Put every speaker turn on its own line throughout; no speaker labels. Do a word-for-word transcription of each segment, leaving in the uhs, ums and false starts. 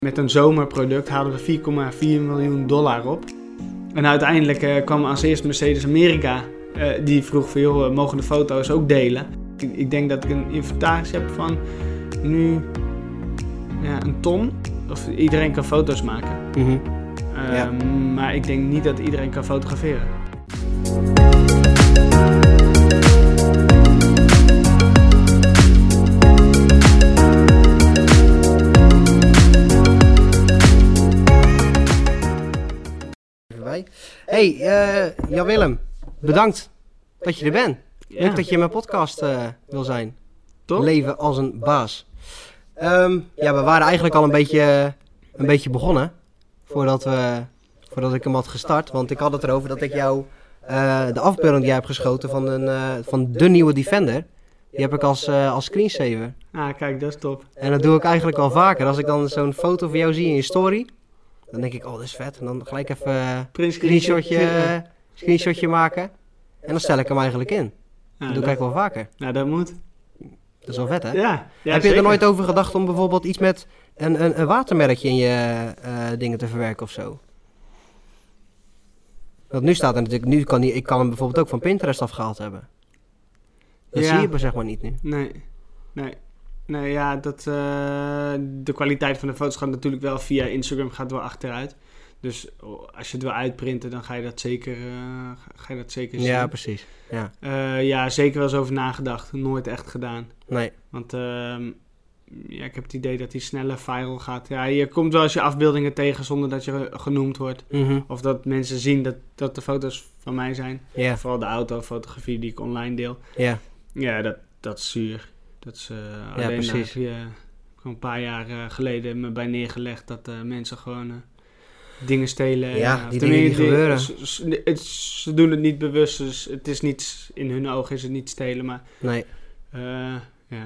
Met een zomerproduct haalden we vier komma vier miljoen dollar op. En uiteindelijk uh, kwam als eerste Mercedes Amerika. Uh, die vroeg van, joh, we mogen de foto's ook delen. Ik, ik denk dat ik een inventaris heb van nu ja, een ton. Of iedereen kan foto's maken.
Mm-hmm.
Uh,
ja.
Maar ik denk niet dat iedereen kan fotograferen.
Hey, uh, Jan Willem, bedankt dat je er bent.
Ja.
Leuk dat je in mijn podcast uh, wil zijn.
Toch?
Leven als een baas. Um, ja, we waren eigenlijk al een beetje, een beetje begonnen voordat, we, voordat ik hem had gestart. Want ik had het erover dat ik jou uh, de afbeelding die jij hebt geschoten van, een, uh, van de nieuwe Defender, die heb ik als, uh, als screensaver.
Ah, kijk, dat is top.
En dat doe ik eigenlijk wel vaker. Als ik dan zo'n foto van jou zie in je story, dan denk ik, oh, dat is vet. En dan gelijk even een uh, screenshotje, uh, screenshotje maken. En dan stel ik hem eigenlijk in.
Ja,
dat doe ik eigenlijk wel vaker.
Nou, dat moet.
Dat is wel vet, hè?
Ja, ja,
Heb je
zeker.
er nooit over gedacht om bijvoorbeeld iets met een, een, een watermerkje in je uh, dingen te verwerken of zo? Want nu staat er natuurlijk, nu kan die, ik kan hem bijvoorbeeld ook van Pinterest afgehaald hebben. Dat
Ja.
zie je zeg maar niet nu.
Nee, nee. Nee, ja, dat, uh, de kwaliteit van de foto's gaat natuurlijk wel via Instagram gaat wel achteruit. Dus als je het wil uitprinten, dan ga je dat zeker, uh, ga je dat zeker zien.
Ja, precies. Ja,
uh, ja, zeker wel eens over nagedacht. Nooit echt gedaan.
nee.
Want uh, ja, ik heb het idee dat die sneller viral gaat. Ja, je komt wel eens je afbeeldingen tegen zonder dat je genoemd wordt.
Mm-hmm.
Of dat mensen zien dat, dat de foto's van mij zijn.
Ja,
Vooral de autofotografie die ik online deel.
ja,
Ja, dat, dat is zuur. Dat is, uh,
Ja,
alleen
precies.
daar heb je uh, een paar jaar uh, geleden me bij neergelegd dat uh, mensen gewoon uh, dingen stelen.
Ja,
uh,
die
of
dingen die
tenminste,
gebeuren.
Ze, ze, het, ze doen het niet bewust, dus het is niet, in hun ogen is het niet stelen, maar
nee.
uh, ja,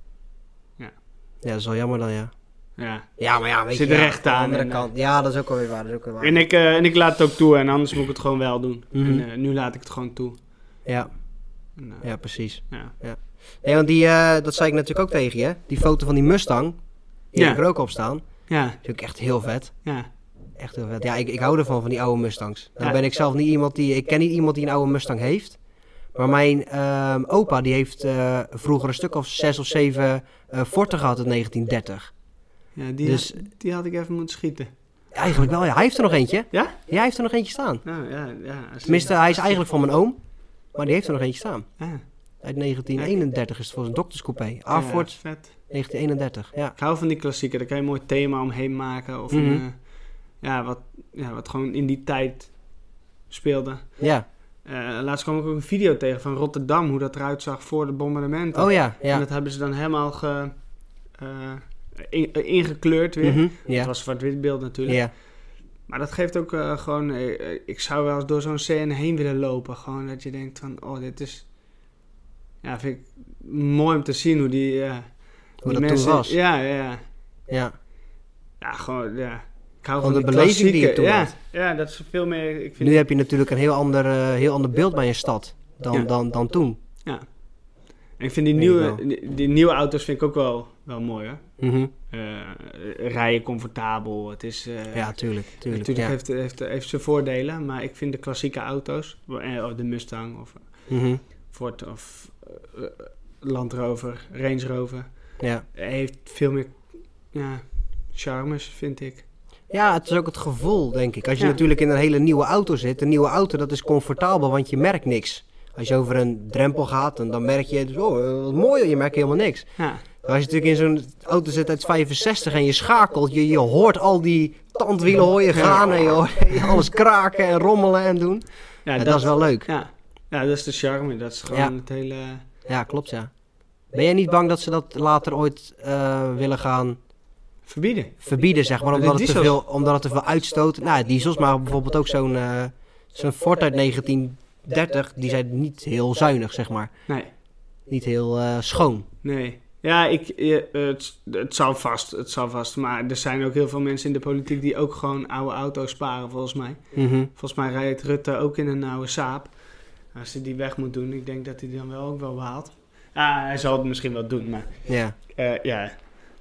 Ja, dat is wel jammer dan, ja.
ja.
Ja, maar ja, weet
Zit
je,
er
ja,
recht
aan de
aan
andere
en,
kant. Ja, dat is ook wel weer waar. Dat is ook wel waar.
En ik, uh, en ik laat het ook toe en anders moet ik het gewoon wel doen.
Mhm.
En uh, nu laat ik het gewoon toe.
Ja,
En, uh,
ja, precies.
ja.
Nee, want die, uh, dat zei ik natuurlijk ook tegen je. Die foto van die Mustang, die
Ja.
heb ik er ook op staan.
Ja,
is ook echt heel vet.
ja.
Echt heel vet. Ja, ik, ik hou ervan, van die oude Mustangs. Dan
Ja.
ben ik zelf niet iemand die... Ik ken niet iemand die een oude Mustang heeft. Maar mijn uh, opa, die heeft uh, vroeger een stuk of zes of zeven uh, Forten gehad in negentien dertig.
Ja, die,
Dus-
had, die had ik even moeten schieten.
Eigenlijk wel, ja. Hij heeft er nog eentje.
Ja?
Ja, hij heeft er nog eentje staan.
Nou, ja, ja. Als
Tenminste, hij is eigenlijk van mijn oom. Maar die heeft er nog eentje staan.
Ja.
Uit negentien eenendertig is het volgens een dokterscoupé. Afort
Ja, vet.
negentien eenendertig, ja.
Ik hou van die klassieker. Daar kan je een mooi thema omheen maken. Of
Mhm.
een, uh, ja, wat, ja, wat gewoon in die tijd speelde.
Ja.
Uh, laatst kwam ik ook een video tegen van Rotterdam. Hoe dat eruit zag voor de bombardementen.
Oh ja,
En
ja.
dat hebben ze dan helemaal ge, uh, in, ingekleurd weer.
Mhm,
Het
ja.
was een zwart-wit beeld natuurlijk.
Ja.
Maar dat geeft ook uh, gewoon... Uh, ik zou wel eens door zo'n scène heen willen lopen. Gewoon dat je denkt van... Oh, dit is... Ja, vind ik mooi om te zien hoe die... Uh,
Hoe
die
dat
mensen,
toen was.
Ja, ja, ja.
Ja.
Ja, gewoon, ja. Ik hou
Gewoon
van
de
die
beleving die je
klassieke-
toen
ja,
had.
ja, dat is veel meer... Ik vind
Nu heb je natuurlijk een heel ander, uh, heel ander beeld bij je stad dan,
Ja.
dan, dan toen.
Ja. En ik vind die
Weet ik
nieuwe,
wel.
die, die nieuwe auto's vind ik ook wel, wel mooi, hè.
Mhm.
Uh, rijden comfortabel. Het is... Uh,
Ja, tuurlijk. tuurlijk,
natuurlijk
ja.
heeft, heeft, heeft zijn voordelen, maar ik vind de klassieke auto's... eh, Of de Mustang of
Mhm.
Ford of uh, Land Rover, Range Rover...
Ja.
heeft veel meer ja, charmes, vind ik.
Ja, het is ook het gevoel, denk ik. Als je
Ja.
natuurlijk in een hele nieuwe auto zit. Een nieuwe auto, dat is comfortabel, want je merkt niks. Als je over een drempel gaat, dan, dan merk je... Oh, wat mooi, je merkt helemaal niks.
Ja,
Als je natuurlijk in zo'n auto zit uit vijfenzestig en je schakelt... Je, je hoort al die tandwielen hoor je gaan en je hoort alles kraken en rommelen en doen.
ja,
Ja, dat, is wel leuk.
Ja. ja, dat is de charme. Dat is gewoon
Ja.
het hele...
Ja, klopt, ja. Ben jij niet bang dat ze dat later ooit uh, willen gaan
Verbieden.
verbieden, zeg maar?
De
Omdat het, te
diesels.
veel, omdat het te veel uitstoot. Nou, diesels, maar bijvoorbeeld ook zo'n uh, zo'n Ford uit negentien dertig... die zijn niet heel zuinig, zeg maar.
Nee,
Niet heel uh, schoon.
nee. Ja, ik, je, het, het zal vast, het zal vast. Maar er zijn ook heel veel mensen in de politiek die ook gewoon oude auto's sparen, volgens mij.
Mm-hmm.
Volgens mij rijdt Rutte ook in een oude Saab. Als hij die weg moet doen, ik denk dat hij die dan wel ook wel behaalt. Ja, hij zal het misschien wel doen, maar
Ja.
uh, ja,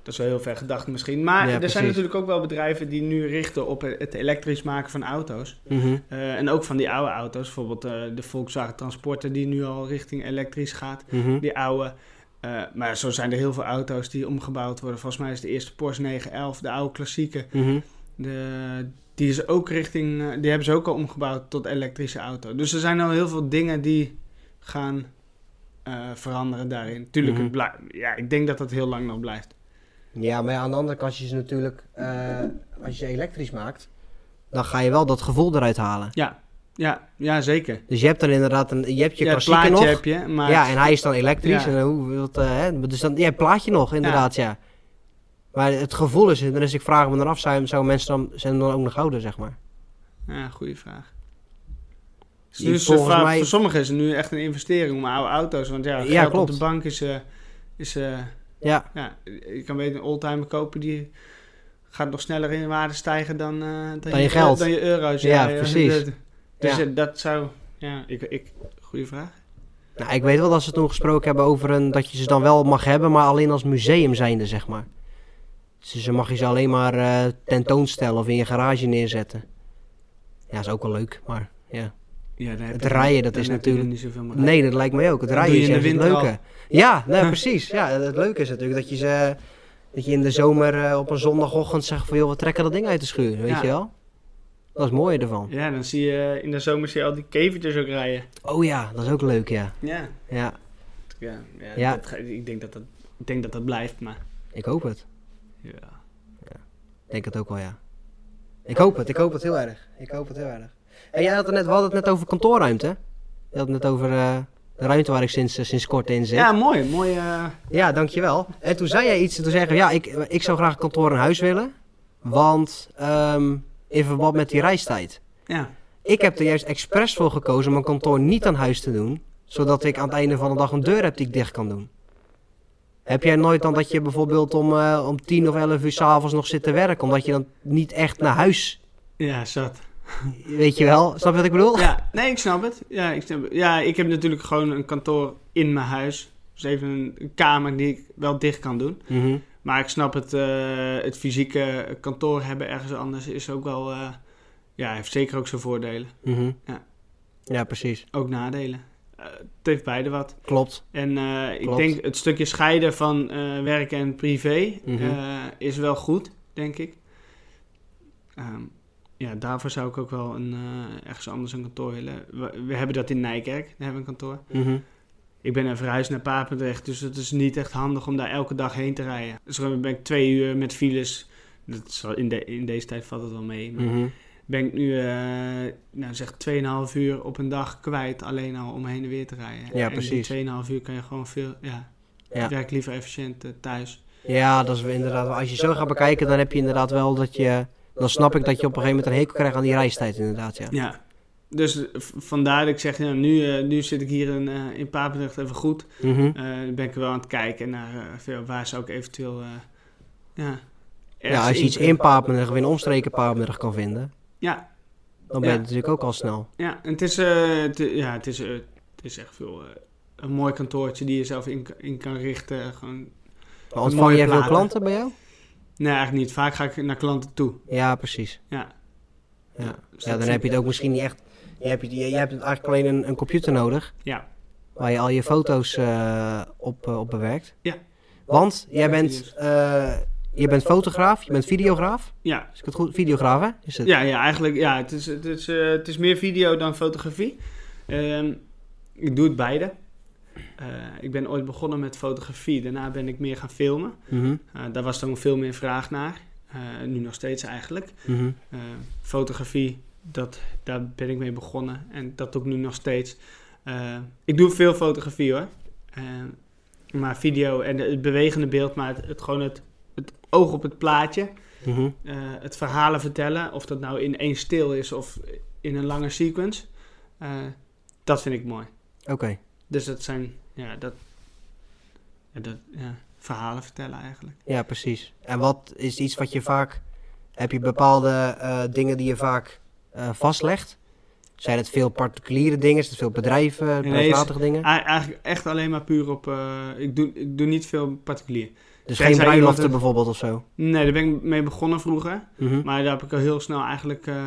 dat is wel heel ver gedacht misschien. Maar
Ja,
er
precies.
zijn natuurlijk ook wel bedrijven die nu richten op het elektrisch maken van auto's.
Mm-hmm.
Uh, en ook van die oude auto's. Bijvoorbeeld uh, de Volkswagen Transporter die nu al richting elektrisch gaat.
Mm-hmm.
Die oude. Uh, maar zo zijn er heel veel auto's die omgebouwd worden. Volgens mij is de eerste Porsche negen elf, de oude klassieke.
Mm-hmm.
De, die, is ook richting, uh, die hebben ze ook al omgebouwd tot elektrische auto. Dus er zijn al heel veel dingen die gaan uh, veranderen daarin. Tuurlijk,
Mm-hmm.
het blij- ja, ik denk dat dat heel lang nog blijft.
Ja, maar ja, aan de andere kant, als je ze natuurlijk, uh, als je ze elektrisch maakt, dan ga je wel dat gevoel eruit halen.
Ja, ja, ja zeker.
Dus je hebt dan inderdaad een, je hebt je
Ja, het
klassieke
plaatje
nog.
heb je, maar...
Ja, en hij is dan elektrisch.
Ja.
En hoe, wat, uh, hè, dus dan, ja, het plaatje nog, inderdaad, ja. Maar het gevoel is er, dus ik vraag me dan af, zou, zou mensen dan, zijn dan ook nog houden, zeg maar?
Ja, goede vraag.
Die
Dus
volgens
voor,
mij-
voor sommigen is het nu echt een investering om oude auto's. Want ja,
Ja,
geld
klopt.
op de bank is... Uh, is uh,
Ja,
ja, je kan beter een oldtimer kopen die gaat nog sneller in waarde stijgen dan, uh, dan,
Dan je geld.
Dan je euro's.
Ja, precies.
Dat, dus
Ja.
uh, dat zou... Ja, ik, ik, goede vraag.
nou, ik weet wel dat ze toen gesproken hebben over een, dat je ze dan wel mag hebben, maar alleen als museum zijnde, zeg maar. Dus ze mag je ze alleen maar uh, tentoonstellen of in je garage neerzetten. Ja, is ook wel leuk, maar ja.
Ja, dan heb
Het
je-
rijden, dat
dan
is
heb je er
natuurlijk-
niet zoveel meer.
Nee, dat lijkt mij ook. Het
Dat
rijden
doe
is
je in de
juist het
winter
leuke. Ja, nee, precies. Ja, het leuke is natuurlijk dat je ze, dat je in de zomer uh, op een zondagochtend zegt van, joh, we trekken dat ding uit de schuur, weet
Ja.
je wel? Dat is het mooie ervan.
Ja, dan zie je in de zomer zie je al die kevertjes ook rijden.
Oh ja, dat is ook leuk, ja.
Ja.
Ja,
Ja, ja,
Ja.
Dat, ga- ik, denk dat dat, ik denk dat dat blijft, maar...
ik hoop het.
Ja.
Ik denk het ook wel, ja. Ik hoop het, ik hoop het heel erg. Ik hoop het heel erg. En jij had het net, we hadden het net over kantoorruimte. Je had het net over uh, de ruimte waar ik sinds, uh, sinds kort in zit.
Ja, mooi. mooi uh...
Ja, dankjewel. En toen zei jij iets, toen zei je, ja, ik, ik zou graag een kantoor in huis willen. Want, um, in verband met die reistijd.
Ja.
Ik heb er juist expres voor gekozen om een kantoor niet aan huis te doen. Zodat ik aan het einde van de dag een deur heb die ik dicht kan doen. Heb jij nooit dan dat je bijvoorbeeld om, uh, om tien of elf uur 's avonds nog zit te werken? Omdat je dan niet echt naar huis,
Ja, zat.
weet je wel? Snap je wat ik bedoel?
Ja, nee, ik snap het. Ja, ik snap het. Ja, ik heb natuurlijk gewoon een kantoor in mijn huis. Dus even een, een kamer die ik wel dicht kan doen.
Mhm.
Maar ik snap het, uh, het fysieke kantoor hebben ergens anders is ook wel... Uh, ja, heeft zeker ook zijn voordelen.
Mhm.
Ja.
Ja, precies.
Ook nadelen. Uh, het heeft beide wat.
Klopt.
En uh, ik
Klopt.
denk het stukje scheiden van uh, werk en privé
Mhm.
uh, is wel goed, denk ik. Um, ja, daarvoor zou ik ook wel een, uh, ergens anders een kantoor willen. We, we hebben dat in Nijkerk, daar hebben we een kantoor.
Mhm.
Ik ben even verhuisd naar Papendrecht, dus het is niet echt handig om daar elke dag heen te rijden. Dus dan ben ik twee uur met files. Dat is wel in, de, in deze tijd valt het wel mee. Maar
Mhm.
ben ik nu, uh, nou zeg, tweeënhalf uur op een dag kwijt alleen al om heen en weer te rijden.
Ja,
en
precies.
die tweeënhalf uur kan je gewoon veel, ja,
Ja.
ik werk liever efficiënt uh, thuis.
Ja, dat is inderdaad. Als je zo gaat bekijken, dan heb je inderdaad wel dat je. Dan snap ik dat je op een gegeven moment een hekel krijgt aan die reistijd, inderdaad. Ja.
Ja, dus uh, v- vandaar dat ik zeg, ja, nu, uh, nu zit ik hier in, uh, in Papendrecht even goed.
Mhm.
Uh, dan ben ik wel aan het kijken naar uh, veel, waar zou ik eventueel, uh, ja...
Ja, als je iets in Papendrecht of in omstreken Papendrecht kan vinden,
Ja,
dan ben je
Ja.
natuurlijk ook al snel.
ja, en het is, uh, het, i- ja, het is, uh, het is echt veel, uh, een mooi kantoortje die je zelf in, in kan richten. Gewoon,
Maar ontvang
mooie
jij veel
platen.
klanten bij jou?
nee, eigenlijk niet. Vaak ga ik naar klanten toe.
Ja, precies.
Ja,
Ja,
dus
ja
dat
dan
vind
heb je
ik-
het ook misschien niet echt. Je hebt, je, je hebt eigenlijk alleen een, een computer nodig
Ja,
waar je al je foto's uh, op, uh, op bewerkt.
Ja.
Want jij
Ja,
bent, uh, je bent fotograaf, je bent videograaf.
ja.
Is ik het goed? Videograaf, hè? Is het?
Ja, ja, eigenlijk, ja, het is, het is, uh, het is meer video dan fotografie. Um, ik doe het beide. Uh, ik ben ooit begonnen met fotografie, daarna ben ik meer gaan filmen.
Mhm,
Uh, daar was dan veel meer vraag naar. Uh, nu nog steeds eigenlijk.
mhm.
Uh, fotografie, dat, daar ben ik mee begonnen en dat doe ik nu nog steeds. Uh, ik doe veel fotografie hoor. Uh, maar video en het bewegende beeld, maar het, het gewoon het, het oog op het plaatje.
Mhm.
Uh, het verhalen vertellen, of dat nou in één stil is of in een lange sequence. Uh, dat vind ik mooi.
Oké.
Dus dat zijn, ja, dat, ja, dat ja, verhalen vertellen eigenlijk.
Ja, precies. En wat is iets wat je vaak... Heb je bepaalde uh, dingen die je vaak uh, vastlegt? Zijn het veel particuliere dingen? Is het veel bedrijven,
Nee,
bedrijfsmatige dingen?
A- eigenlijk echt alleen maar puur op... Uh, ik, doe, ik doe niet veel particulier.
Dus
Tenzij
geen bruiloften
iemand-
bijvoorbeeld of zo?
Nee, daar ben ik mee begonnen vroeger.
Mhm.
Maar daar heb ik al heel snel eigenlijk uh,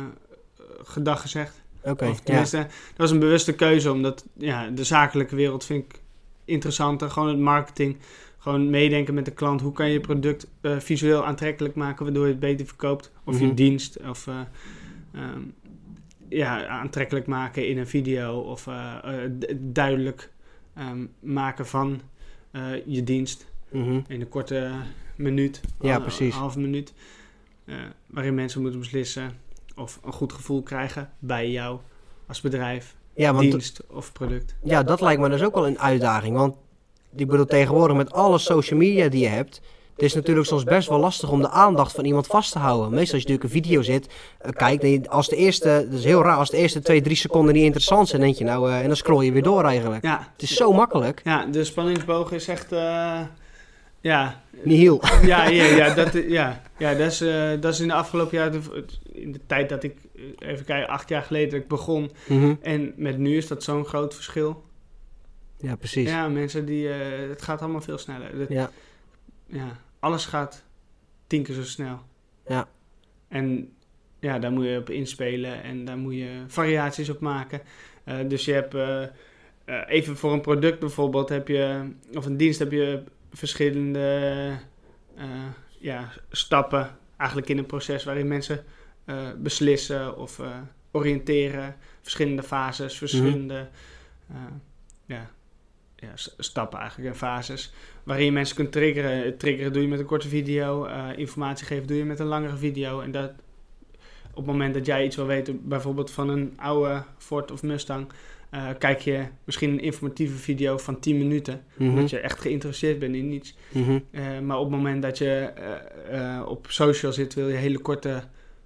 gedag gezegd.
Oké,
Of
ja.
tenminste, dat was een bewuste keuze. Omdat ja, de zakelijke wereld vind ik interessanter. Gewoon het marketing. Gewoon meedenken met de klant. Hoe kan je je product uh, visueel aantrekkelijk maken, waardoor je het beter verkoopt. Of
Mhm.
je dienst. Of uh, um, ja, aantrekkelijk maken in een video. Of uh, uh, d- duidelijk um, maken van uh, je dienst.
Mhm.
In een korte minuut.
Ja,
al-
precies.
Een halve minuut. Uh, waarin mensen moeten beslissen of een goed gevoel krijgen bij jou als bedrijf,
Ja, want
dienst of product.
ja, dat lijkt me dus ook wel een uitdaging. Want ik bedoel, tegenwoordig met alle social media die je hebt, het is natuurlijk soms best wel lastig om de aandacht van iemand vast te houden. Meestal als je natuurlijk een video zit, uh, kijkt, en je- als de eerste, dat is heel raar, als de eerste twee, drie seconden niet interessant zijn, denk je nou, uh, en dan scroll je weer door eigenlijk.
Ja,
Het is zo makkelijk.
ja, de spanningsboog is echt, uh, ja,
Nihil.
ja, ja, ja, dat, ja, ja dat, is, uh, dat is in de afgelopen jaren, de- in de tijd dat ik, uh, even kijken, acht jaar geleden dat ik begon.
Mhm.
En met nu is dat zo'n groot verschil.
Ja, precies.
Ja, mensen die, uh, het gaat allemaal veel sneller. Dat-
Ja.
ja, alles gaat tien keer zo snel.
Ja.
En ja, daar moet je op inspelen en daar moet je variaties op maken. Uh, dus je hebt, uh, uh, even voor een product bijvoorbeeld, heb je, of een dienst heb je verschillende uh, ja, stappen eigenlijk in een proces waarin mensen uh, beslissen of uh, oriënteren. Verschillende fases, verschillende uh, ja, ja, s- stappen eigenlijk en fases. Waarin je mensen kunt triggeren. Triggeren doe je met een korte video. Uh, informatie geven doe je met een langere video. En dat op het moment dat jij iets wil weten, bijvoorbeeld van een oude Ford of Mustang, uh, kijk je misschien een informatieve video van tien minuten.
Mhm.
Omdat je echt geïnteresseerd bent in iets.
Mhm.
Uh, maar op het moment dat je uh, uh, op social zit, wil je hele korte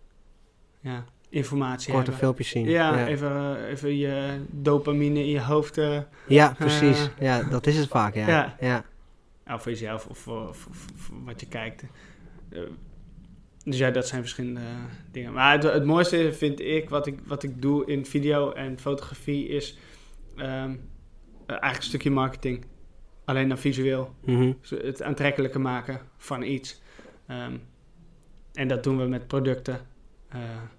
ja, informatie
Korte
hebben.
filmpjes zien.
Ja,
ja.
Even, uh, even je dopamine in je hoofd. Uh,
Ja, precies.
Uh,
ja, dat is het vaak, ja.
ja.
ja.
Of voor jezelf of voor, voor, voor- voor wat je kijkt. Uh, dus ja, dat zijn verschillende dingen. Maar het, het mooiste vind ik, wat ik, wat ik doe in video en fotografie, is um, uh, eigenlijk een stukje marketing. Alleen dan visueel.
Mhm.
Dus het aantrekkelijker maken van iets. Um, en dat doen we met producten. Uh,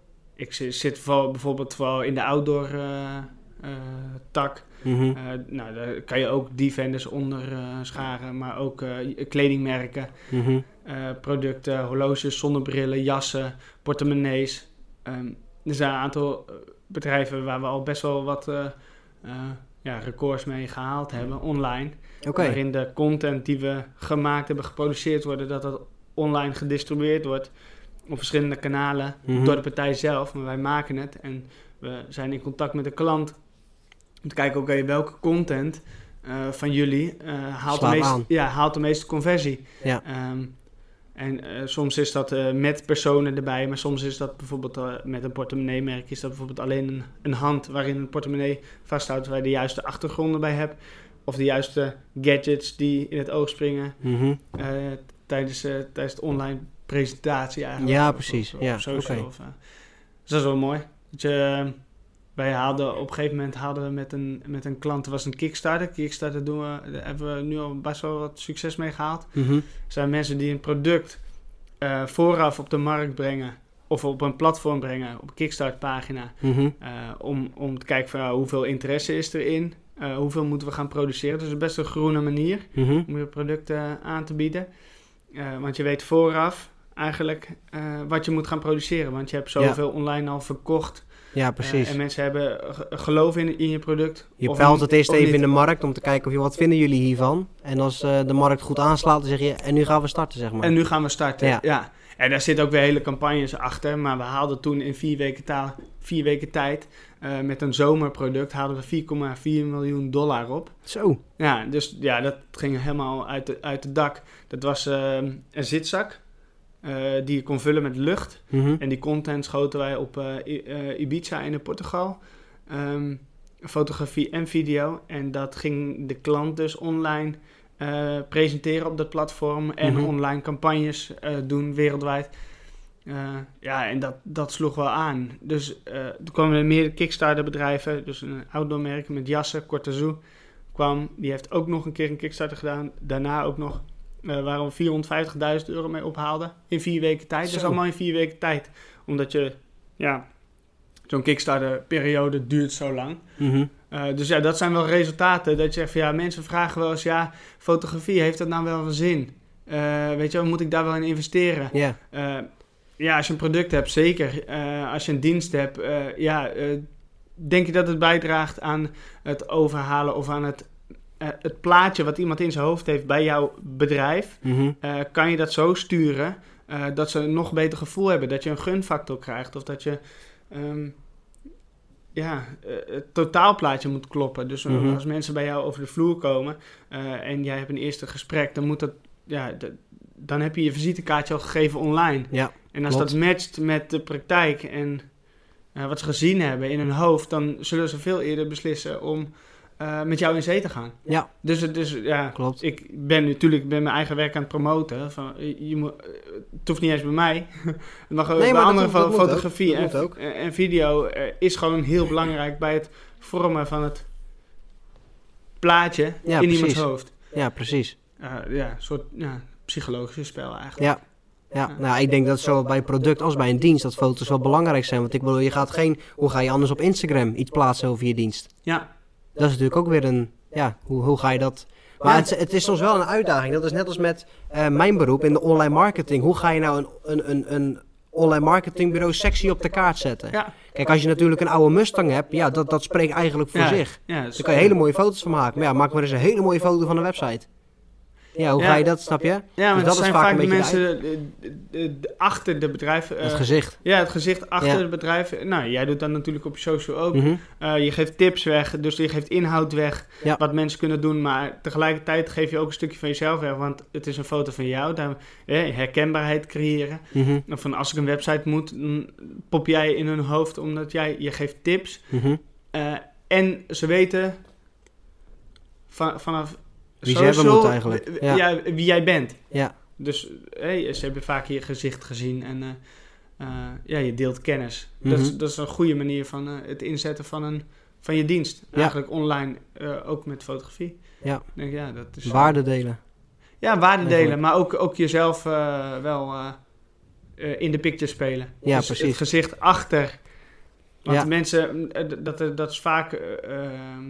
ik zit, zit vooral, bijvoorbeeld vooral in de outdoor uh, uh, tak.
Mhm.
Uh, nou, daar kan je ook defenders onder uh, scharen, maar ook uh, kledingmerken,
Mhm.
uh, producten, horloges, zonnebrillen, jassen, portemonnees. Um, er zijn een aantal uh, bedrijven waar we al best wel wat uh, uh, ja, records mee gehaald hebben online.
Oké.
Waarin de content die we gemaakt hebben, geproduceerd worden, dat dat online gedistribueerd wordt op verschillende kanalen
Mhm.
door de partij zelf. Maar wij maken het en we zijn in contact met de klant om te kijken, oké, welke content uh, van jullie uh, haalt, de
Slaat
meeste,
aan.
ja, haalt de meeste conversie.
Ja.
Um, en uh, soms is dat uh, met personen erbij, maar soms is dat bijvoorbeeld uh, met een portemonnee-merk, is dat bijvoorbeeld alleen een, een hand waarin een portemonnee vasthoudt waar je de juiste achtergronden bij hebt. Of de juiste gadgets die in het oog springen
Mhm.
uh, tijdens, uh, tijdens de online presentatie eigenlijk.
Ja,
Of-
precies.
Of,
Ja,
of social.
oké.
Of, uh, dus dat is wel mooi. Dat je, uh, wij haalden op een gegeven moment hadden we met een, met een klant, dat was een Kickstarter. Kickstarter doen we, daar hebben we nu al best wel wat succes mee gehaald.
Mhm.
Er zijn mensen die een product uh, vooraf op de markt brengen of op een platform brengen, op een Kickstarter pagina,
Mhm.
uh, om, om te kijken van uh, hoeveel interesse is erin, uh, hoeveel moeten we gaan produceren. Dus het is best een groene manier
Mhm.
om je producten uh, aan te bieden. Uh, want je weet vooraf eigenlijk uh, wat je moet gaan produceren. Want je hebt zoveel online al verkocht.
Ja,
Uh,
precies.
en mensen hebben ge- geloof in, in je product.
Je
Of
peilt
niet-
het eerst
of
even
niet.
in de markt om te kijken of je wat vinden jullie hiervan. En als uh, de markt goed aanslaat, dan zeg je, en nu gaan we starten, zeg maar.
En nu gaan we starten.
Ja.
Ja. En daar zitten ook weer hele campagnes achter. Maar we haalden toen in vier weken, ta- vier weken tijd uh, met een zomerproduct haalden we vier komma vier miljoen dollar op.
Zo.
Ja, dus ja, dat ging helemaal uit de, uit het dak. Dat was uh, een zitzak uh, die je kon vullen met lucht.
Mhm.
En die content schoten wij op uh, I- uh, Ibiza in Portugal. Um, fotografie en video. En dat ging de klant dus online uh, presenteren op dat platform. En
Mhm.
online campagnes uh, doen wereldwijd. Uh, ja, en dat, dat sloeg wel aan. Dus uh, er kwamen meer Kickstarter bedrijven. Dus een outdoormerk met jassen, Cortazoo kwam. Die heeft ook nog een keer een Kickstarter gedaan. Daarna ook nog Uh, waar we vierhonderdvijftigduizend euro mee ophaalden in vier weken tijd.
Zo.
Dus allemaal in vier weken tijd. Omdat je, ja, zo'n Kickstarter-periode duurt zo lang.
Mm-hmm.
Uh, dus ja, dat zijn wel resultaten. Dat je zegt van ja, mensen vragen wel eens, ja, fotografie, heeft dat nou wel een zin? Uh, weet je wel, moet ik daar wel in investeren?
Yeah.
Uh, ja, als je een product hebt, zeker. Uh, als je een dienst hebt, uh, ja, uh, denk je dat het bijdraagt aan het overhalen of aan het, uh, het plaatje wat iemand in zijn hoofd heeft bij jouw bedrijf?
Mm-hmm.
Uh, kan je dat zo sturen uh, dat ze een nog beter gevoel hebben? Dat je een gunfactor krijgt of dat je... Um, ja, uh, het totaalplaatje moet kloppen. Dus uh,
Mm-hmm.
als mensen bij jou over de vloer komen uh, en jij hebt een eerste gesprek, dan moet dat, ja, d- dan heb je je visitekaartje al gegeven online.
Ja,
en als
klopt.
dat matcht met de praktijk en uh, wat ze gezien hebben in hun hoofd, dan zullen ze veel eerder beslissen om uh, met jou in zee te gaan.
Ja,
Dus, het- dus ja,
klopt.
ik ben natuurlijk ben mijn eigen werk aan het promoten. Van, je, je moet, het hoeft niet eens bij mij. Het mag ook
Nee,
bij
maar
andere
dat- dat
fo-
moet
fotografie
ook. Dat
en,
moet ook.
en, en video uh, is gewoon heel belangrijk bij het vormen van het plaatje
Ja,
in iemands
precies.
hoofd.
Ja, precies.
Uh, ja, een soort ja, psychologische spel eigenlijk.
Ja. Ja, nou, ik denk dat zowel bij een product als bij een dienst dat foto's wel belangrijk zijn. Want ik bedoel, je gaat geen... Hoe ga je anders op Instagram iets plaatsen over je dienst?
Ja,
Dat is natuurlijk ook weer een... Ja, hoe, hoe ga je dat... Maar
Ja.
het, het is soms wel een uitdaging. Dat is net als met uh, mijn beroep in de online marketing. Hoe ga je nou een, een, een, een online marketingbureau sexy op de kaart zetten?
ja.
Kijk, als je natuurlijk een oude Mustang hebt, ja, dat, dat spreekt eigenlijk voor
ja.
zich.
Ja, dus-
Daar kan je hele mooie foto's van maken. Maar ja, maak maar eens een hele mooie foto van een website. Ja, hoe
Ja.
ga je dat, snap je?
Ja, maar
Dus
dat,
dat is
zijn
vaak
vaak
een
de
beetje
mensen de, de, de, achter de bedrijf. uh,
Het gezicht.
Ja, het gezicht achter
Ja.
het bedrijf. Nou, jij doet dat natuurlijk op je social ook.
Mhm.
Uh, je geeft tips weg, dus je geeft inhoud weg,
Ja.
wat mensen kunnen doen. Maar tegelijkertijd geef je ook een stukje van jezelf weg, want het is een foto van jou. Daar, eh, herkenbaarheid creëren.
Mhm.
Of van als ik een website moet, dan pop jij in hun hoofd, omdat jij, je geeft tips.
Mhm.
Uh, en ze weten van, vanaf
Wie ze hebben
social,
moeten eigenlijk.
w-
Ja.
ja, wie jij bent.
Ja.
Dus hey, ze hebben vaak je gezicht gezien en uh, uh, ja, je deelt kennis.
Mhm.
dat, is, dat is een goede manier van uh, het inzetten van, een, van je dienst.
Ja.
Eigenlijk online, uh, ook met fotografie.
Ja.
Ik denk, ja, dat is,
Waarde delen.
Ja, waarde delen,
Eigenlijk.
maar ook, ook jezelf uh, wel uh, uh, in de picture spelen.
Ja,
Dus
precies.
het gezicht achter. Want
Ja.
de mensen, uh, dat, dat is vaak... Uh, uh,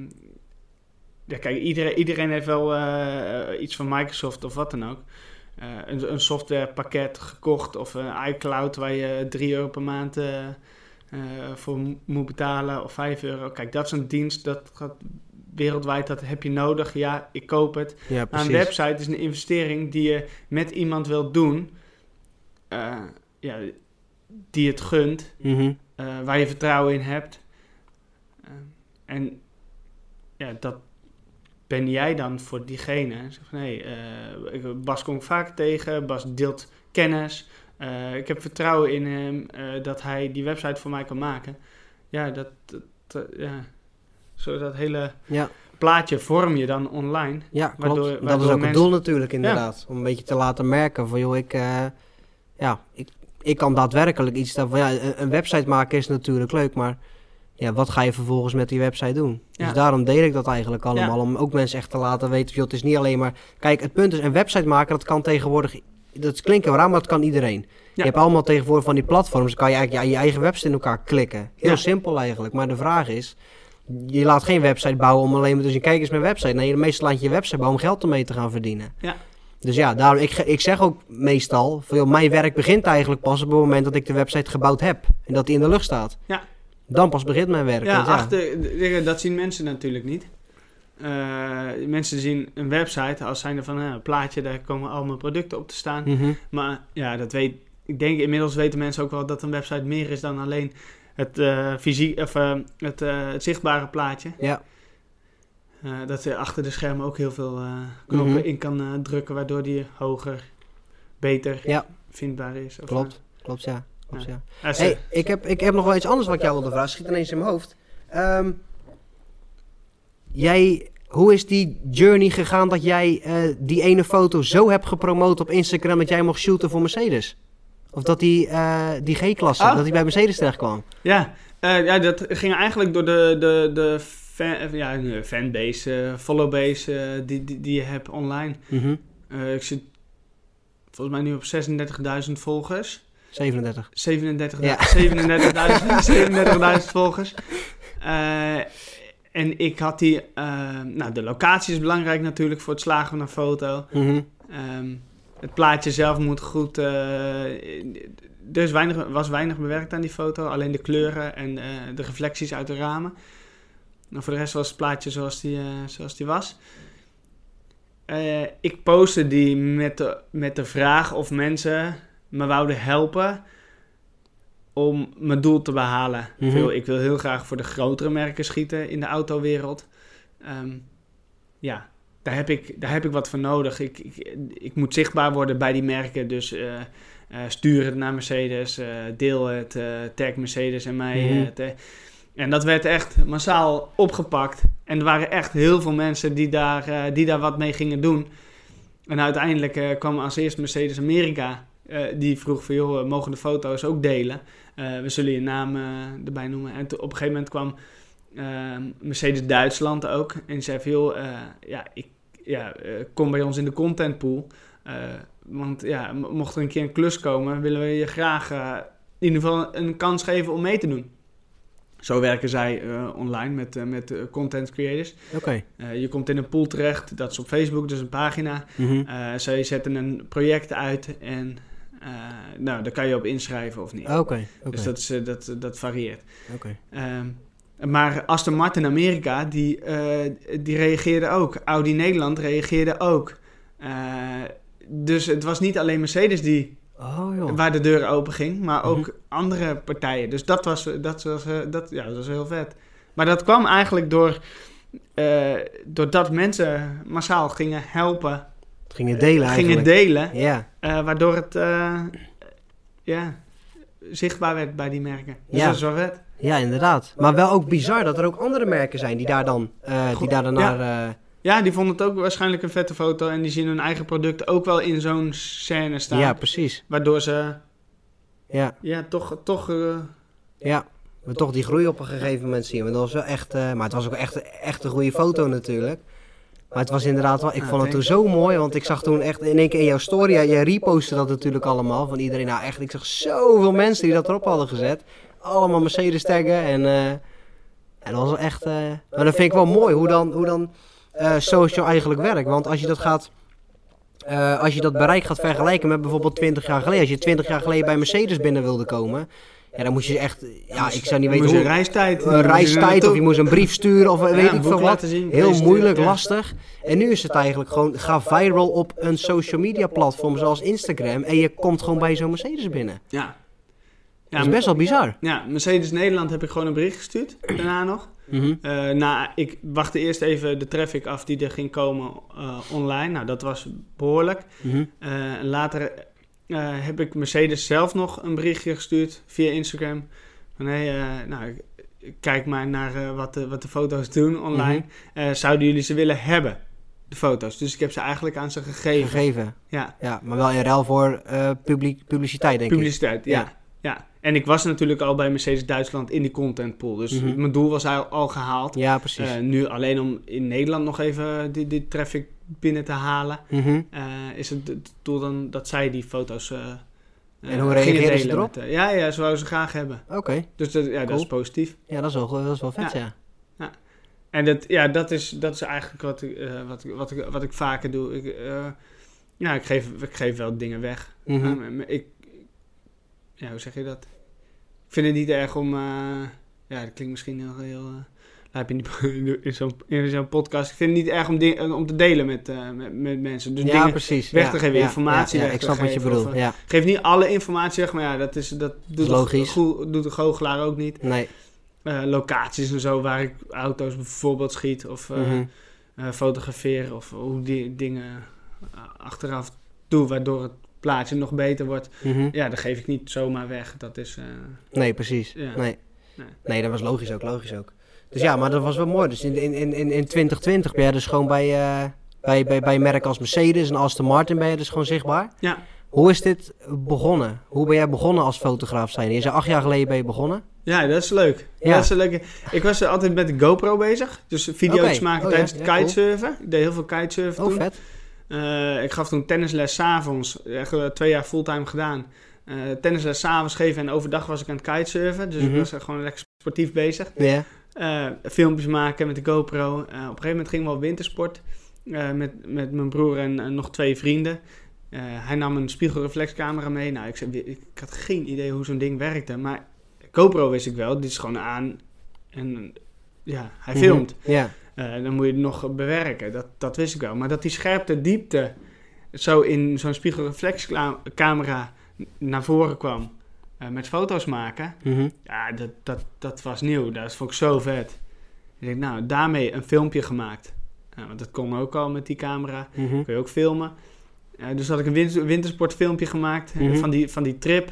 ja, kijk, iedereen, iedereen heeft wel uh, iets van Microsoft of wat dan ook. Uh, een, een softwarepakket gekocht of een iCloud waar je drie euro per maand uh, uh, voor mo- moet betalen of vijf euro. Kijk, dat is een dienst, dat gaat wereldwijd, dat heb je nodig. Ja, ik koop het.
Ja,
Maar
precies.
een website is een investering die je met iemand wilt doen, uh, ja, die het gunt,
Mhm.
uh, waar je vertrouwen in hebt. Uh, en ja, dat ben jij dan voor diegene. Zeg van, hey, uh, Bas kom ik vaak tegen, Bas deelt kennis. Uh, ik heb vertrouwen in hem uh, dat hij die website voor mij kan maken. Ja, dat, dat, dat ja. Zo dat hele
Ja.
plaatje vorm je dan online.
Ja, klopt.
Waardoor-
dat is
waardoor
ook het
mensen-
doel natuurlijk, inderdaad. Om een beetje te laten merken van, joh, ik, uh, ja, ik, ik kan daadwerkelijk iets daarvan. Ja, een, een website maken is natuurlijk leuk, maar ja, wat ga je vervolgens met die website doen?
Ja.
Dus daarom deel ik dat eigenlijk allemaal,
Ja.
om ook mensen echt te laten weten, joh, het is niet alleen maar... Kijk, het punt is, een website maken, dat kan tegenwoordig... Dat klinkt heel raar, maar dat kan iedereen. Je hebt allemaal tegenwoordig van die platforms, dan kan je eigenlijk ja, je eigen website in elkaar klikken. Heel
Ja.
simpel eigenlijk, maar de vraag is... Je laat geen website bouwen om alleen maar te zien, kijk eens mijn website. Nee, meestal laat je je website bouwen om geld ermee te gaan verdienen.
Ja.
Dus ja, daarom, ik, ge- ik zeg ook meestal, van, joh, mijn werk begint eigenlijk pas op het moment dat ik de website gebouwd heb. En dat die in de lucht staat.
Ja.
Dan pas begint mijn werk.
Ja,
want ja,
achter, dat zien mensen natuurlijk niet. Uh, mensen zien een website als zijnde van uh, een plaatje, daar komen al mijn producten op te staan.
Mhm.
Maar ja, dat weet, ik denk inmiddels weten mensen ook wel dat een website meer is dan alleen het, uh, fysie, of, uh, het, uh, het zichtbare plaatje.
Ja.
Uh, dat je achter de schermen ook heel veel uh, knoppen
Mhm.
in kan uh, drukken, waardoor die hoger, beter
Ja.
vindbaar is. Of,
Klopt, klopt ja. Klopt, ja.
uh, uh,
Hey, ik, heb, ik heb nog wel iets anders wat ik jou wilde vragen. Schiet ineens in mijn hoofd. Um, jij, hoe is die journey gegaan dat jij uh, die ene foto zo hebt gepromoot op Instagram dat jij mocht shooten voor Mercedes? Of dat die, uh, die G-klasse,
Oh.
dat die bij Mercedes terecht kwam?
Ja, uh, ja, dat ging eigenlijk door de, de, de fan, ja, fanbase, uh, followbase uh, die, die, die je hebt online.
Mhm.
Uh, ik zit volgens mij nu op zesendertigduizend volgers.
zevenendertig.
zevenendertigduizend, ja. zevenendertigduizend, zevenendertigduizend volgers. Uh, en ik had die... Uh, nou, de locatie is belangrijk natuurlijk voor het slagen van een foto.
Mm-hmm.
Um, het plaatje zelf moet goed... Uh, er is weinig, was weinig bewerkt aan die foto. Alleen de kleuren en uh, de reflecties uit de ramen. Nou, voor de rest was het plaatje zoals die, uh, zoals die was. Uh, ik postte die met de, met de vraag of mensen me wouden helpen om mijn doel te behalen.
Mm-hmm.
Veel, ik wil heel graag voor de grotere merken schieten in de autowereld. Um, ja, daar heb, ik, daar heb ik wat voor nodig. Ik, ik, ik moet zichtbaar worden bij die merken. Dus uh, uh, stuur het naar Mercedes, uh, deel het, uh, tag Mercedes en mij.
Mm-hmm.
Uh, te, en dat werd echt massaal opgepakt. En er waren echt heel veel mensen die daar, uh, die daar wat mee gingen doen. En uiteindelijk uh, kwam als eerst Mercedes Amerika. Uh, die vroeg van, joh, mogen de foto's ook delen? Uh, we zullen je naam uh, erbij noemen. En to, op een gegeven moment kwam uh, Mercedes Duitsland ook. En die zei van, joh, uh, ja, ik, ja, uh, kom bij ons in de contentpool. Uh, want ja, mocht er een keer een klus komen, willen we je graag uh, in ieder geval een kans geven om mee te doen. Zo werken zij uh, online met, uh, met uh, content creators.
Oké. Okay.
Uh, je komt in een pool terecht, dat is op Facebook, dus een pagina.
Mm-hmm.
Uh, zij zetten een project uit en uh, nou, daar kan je op inschrijven of niet.
Oké. Okay. Okay.
Dus dat, is, uh, dat, dat varieert.
Oké.
Okay. Um, maar Aston Martin Amerika, die, uh, die reageerde ook. Audi Nederland reageerde ook. Uh, dus het was niet alleen Mercedes die...
Oh, joh.
Waar de deur open ging, maar ook
Mm-hmm.
andere partijen. Dus dat was, dat was, dat, ja, dat was heel vet. Maar dat kwam eigenlijk door, uh, doordat mensen massaal gingen helpen.
Gingen delen eigenlijk.
Gingen delen,
ja.
uh, waardoor het uh, ja, zichtbaar werd bij die merken. Dus
ja.
dat is wel vet.
Ja, inderdaad. Maar wel ook bizar dat er ook andere merken zijn die daar dan, uh, die daar dan
ja.
naar... Uh,
Ja, die vonden het ook waarschijnlijk een vette foto. En die zien hun eigen product ook wel in zo'n scène staan.
Ja, precies.
Waardoor ze...
Ja.
Ja, toch... toch uh...
Ja, we toch die groei op een gegeven moment zien. Maar dat was wel echt... Uh, maar het was ook echt, echt een goede foto natuurlijk. Maar het was inderdaad wel... Ik
ah,
vond het toen zo mooi. Want ik zag toen echt in één keer in jouw story... Ja, jij repostte dat natuurlijk allemaal. Van iedereen. Nou echt, ik zag zoveel mensen die dat erop hadden gezet. Allemaal Mercedes taggen. En, uh, en dat was wel echt... Uh, maar dat vind ik wel mooi. Hoe dan... Hoe dan Uh, social eigenlijk werkt. Want als je dat gaat, uh, als je dat bereik gaat vergelijken met bijvoorbeeld twintig jaar geleden. Als je twintig jaar geleden bij Mercedes binnen wilde komen, ja, dan moest je echt, ja, ik zou niet weten hoe.
Een reistijd.
Een reistijd of je moest een brief sturen of weet
ja,
ik veel wat.
zien,
Heel moeilijk,
ja.
lastig. En nu is het eigenlijk gewoon, ga viral op een social media platform zoals Instagram en je komt gewoon bij zo'n Mercedes binnen.
Ja.
Ja, dat is best wel bizar.
Ja, Mercedes Nederland heb ik gewoon een bericht gestuurd, daarna nog.
Mm-hmm.
Uh, nou, ik wachtte eerst even de traffic af die er ging komen uh, online. Nou, dat was behoorlijk.
Mm-hmm.
Uh, later uh, heb ik Mercedes zelf nog een berichtje gestuurd via Instagram. Van, hey, uh, nou, ik, ik kijk maar naar uh, wat, de, wat de foto's doen online. Mm-hmm. Uh, zouden jullie ze willen hebben, de foto's? Dus ik heb ze eigenlijk aan ze gegeven.
Gegeven?
Ja.
Ja, maar wel in ruil voor uh, publiek, publiciteit, denk
publiciteit, ik. Publiciteit, ja.
ja.
ja. En ik was natuurlijk al bij Mercedes Duitsland in die contentpool. Dus mm-hmm. mijn doel was al, al gehaald.
Ja, precies.
Uh, nu alleen om in Nederland nog even die, die traffic binnen te halen.
Mm-hmm.
Uh, is het, het doel dan dat zij die foto's uh,
en hoe reageren ze erop?
Met, uh, ja, ja, zo wouden ze graag hebben.
Oké. Okay.
Dus dat, ja,
cool.
dat is positief.
Ja, dat is wel, dat is wel vet, ja.
ja. ja. En dat, ja, dat, is, dat is eigenlijk wat ik, uh, wat, wat, ik, wat ik vaker doe. Ik, uh, ja, ik geef, ik geef wel dingen weg.
Mm-hmm.
Uh, ik, ja, hoe zeg je dat? Ik vind het niet erg om... Uh, ja, dat klinkt misschien heel... heel uh, lijp in, die, in, zo'n, in zo'n podcast. Ik vind het niet erg om, di- om te delen met, uh, met, met mensen. Dus
ja,
dingen
precies.
weg
ja,
te geven,
ja,
informatie
ja, ja,
weg
ik
te
snap
geven.
wat je bedoelt,
Of,
ja.
Geef niet alle informatie weg, maar ja, dat, is, dat doet,
logisch.
De, doet de goochelaar ook niet.
Nee.
Uh, locaties en zo, waar ik auto's bijvoorbeeld schiet of uh, mm-hmm. uh, fotografeer. Of hoe die dingen uh, achteraf doe, waardoor het plaatje nog beter wordt.
Mm-hmm.
Ja, dat geef ik niet zomaar weg. Dat is... Uh,
nee, precies. Ja. Nee.
Nee.
nee, dat was logisch ook, logisch ook. Dus ja, maar dat was wel mooi. Dus in, in, in, in twintig twintig ben je dus gewoon bij, uh, bij, bij, bij merken als Mercedes en Aston Martin ben je dus gewoon zichtbaar.
Ja.
Hoe is dit begonnen? Hoe ben jij begonnen als fotograaf zijn? Je zei acht jaar geleden ben je begonnen.
Ja, dat is leuk. Ja. Dat is leuk. Ik was altijd met de GoPro bezig. Dus video's okay. maken oh, tijdens ja. het kitesurfen. Ja, cool. Ik deed heel veel kitesurfen
oh,
toen.
vet.
Uh, ik gaf toen tennisles 's avonds. Echt uh, twee jaar fulltime gedaan. Uh, tennisles 's avonds geven en overdag was ik aan het kitesurfen. Dus mm-hmm. ik was uh, gewoon lekker sportief bezig.
Yeah.
Uh, filmpjes maken met de GoPro. Uh, op een gegeven moment gingen we op wintersport. Uh, met, met mijn broer en uh, nog twee vrienden. Uh, hij nam een spiegelreflexcamera mee. Nou, ik, zei, ik had geen idee hoe zo'n ding werkte. Maar GoPro wist ik wel. Die is gewoon aan. En ja, hij filmt.
Mm-hmm.
Yeah. Uh, dan moet je het nog bewerken. Dat, dat wist ik wel. Maar dat die scherpte, diepte zo in zo'n spiegelreflexcamera naar voren kwam. Uh, met foto's maken.
Mm-hmm.
Ja, dat, dat, dat was nieuw. Dat vond ik zo vet. Ik denk, nou, daarmee een filmpje gemaakt. Uh, want dat kon ook al met die camera.
Mm-hmm.
Kun je ook filmen. Uh, dus had ik een winter, wintersportfilmpje gemaakt. Mm-hmm. uh, van, die, van die trip.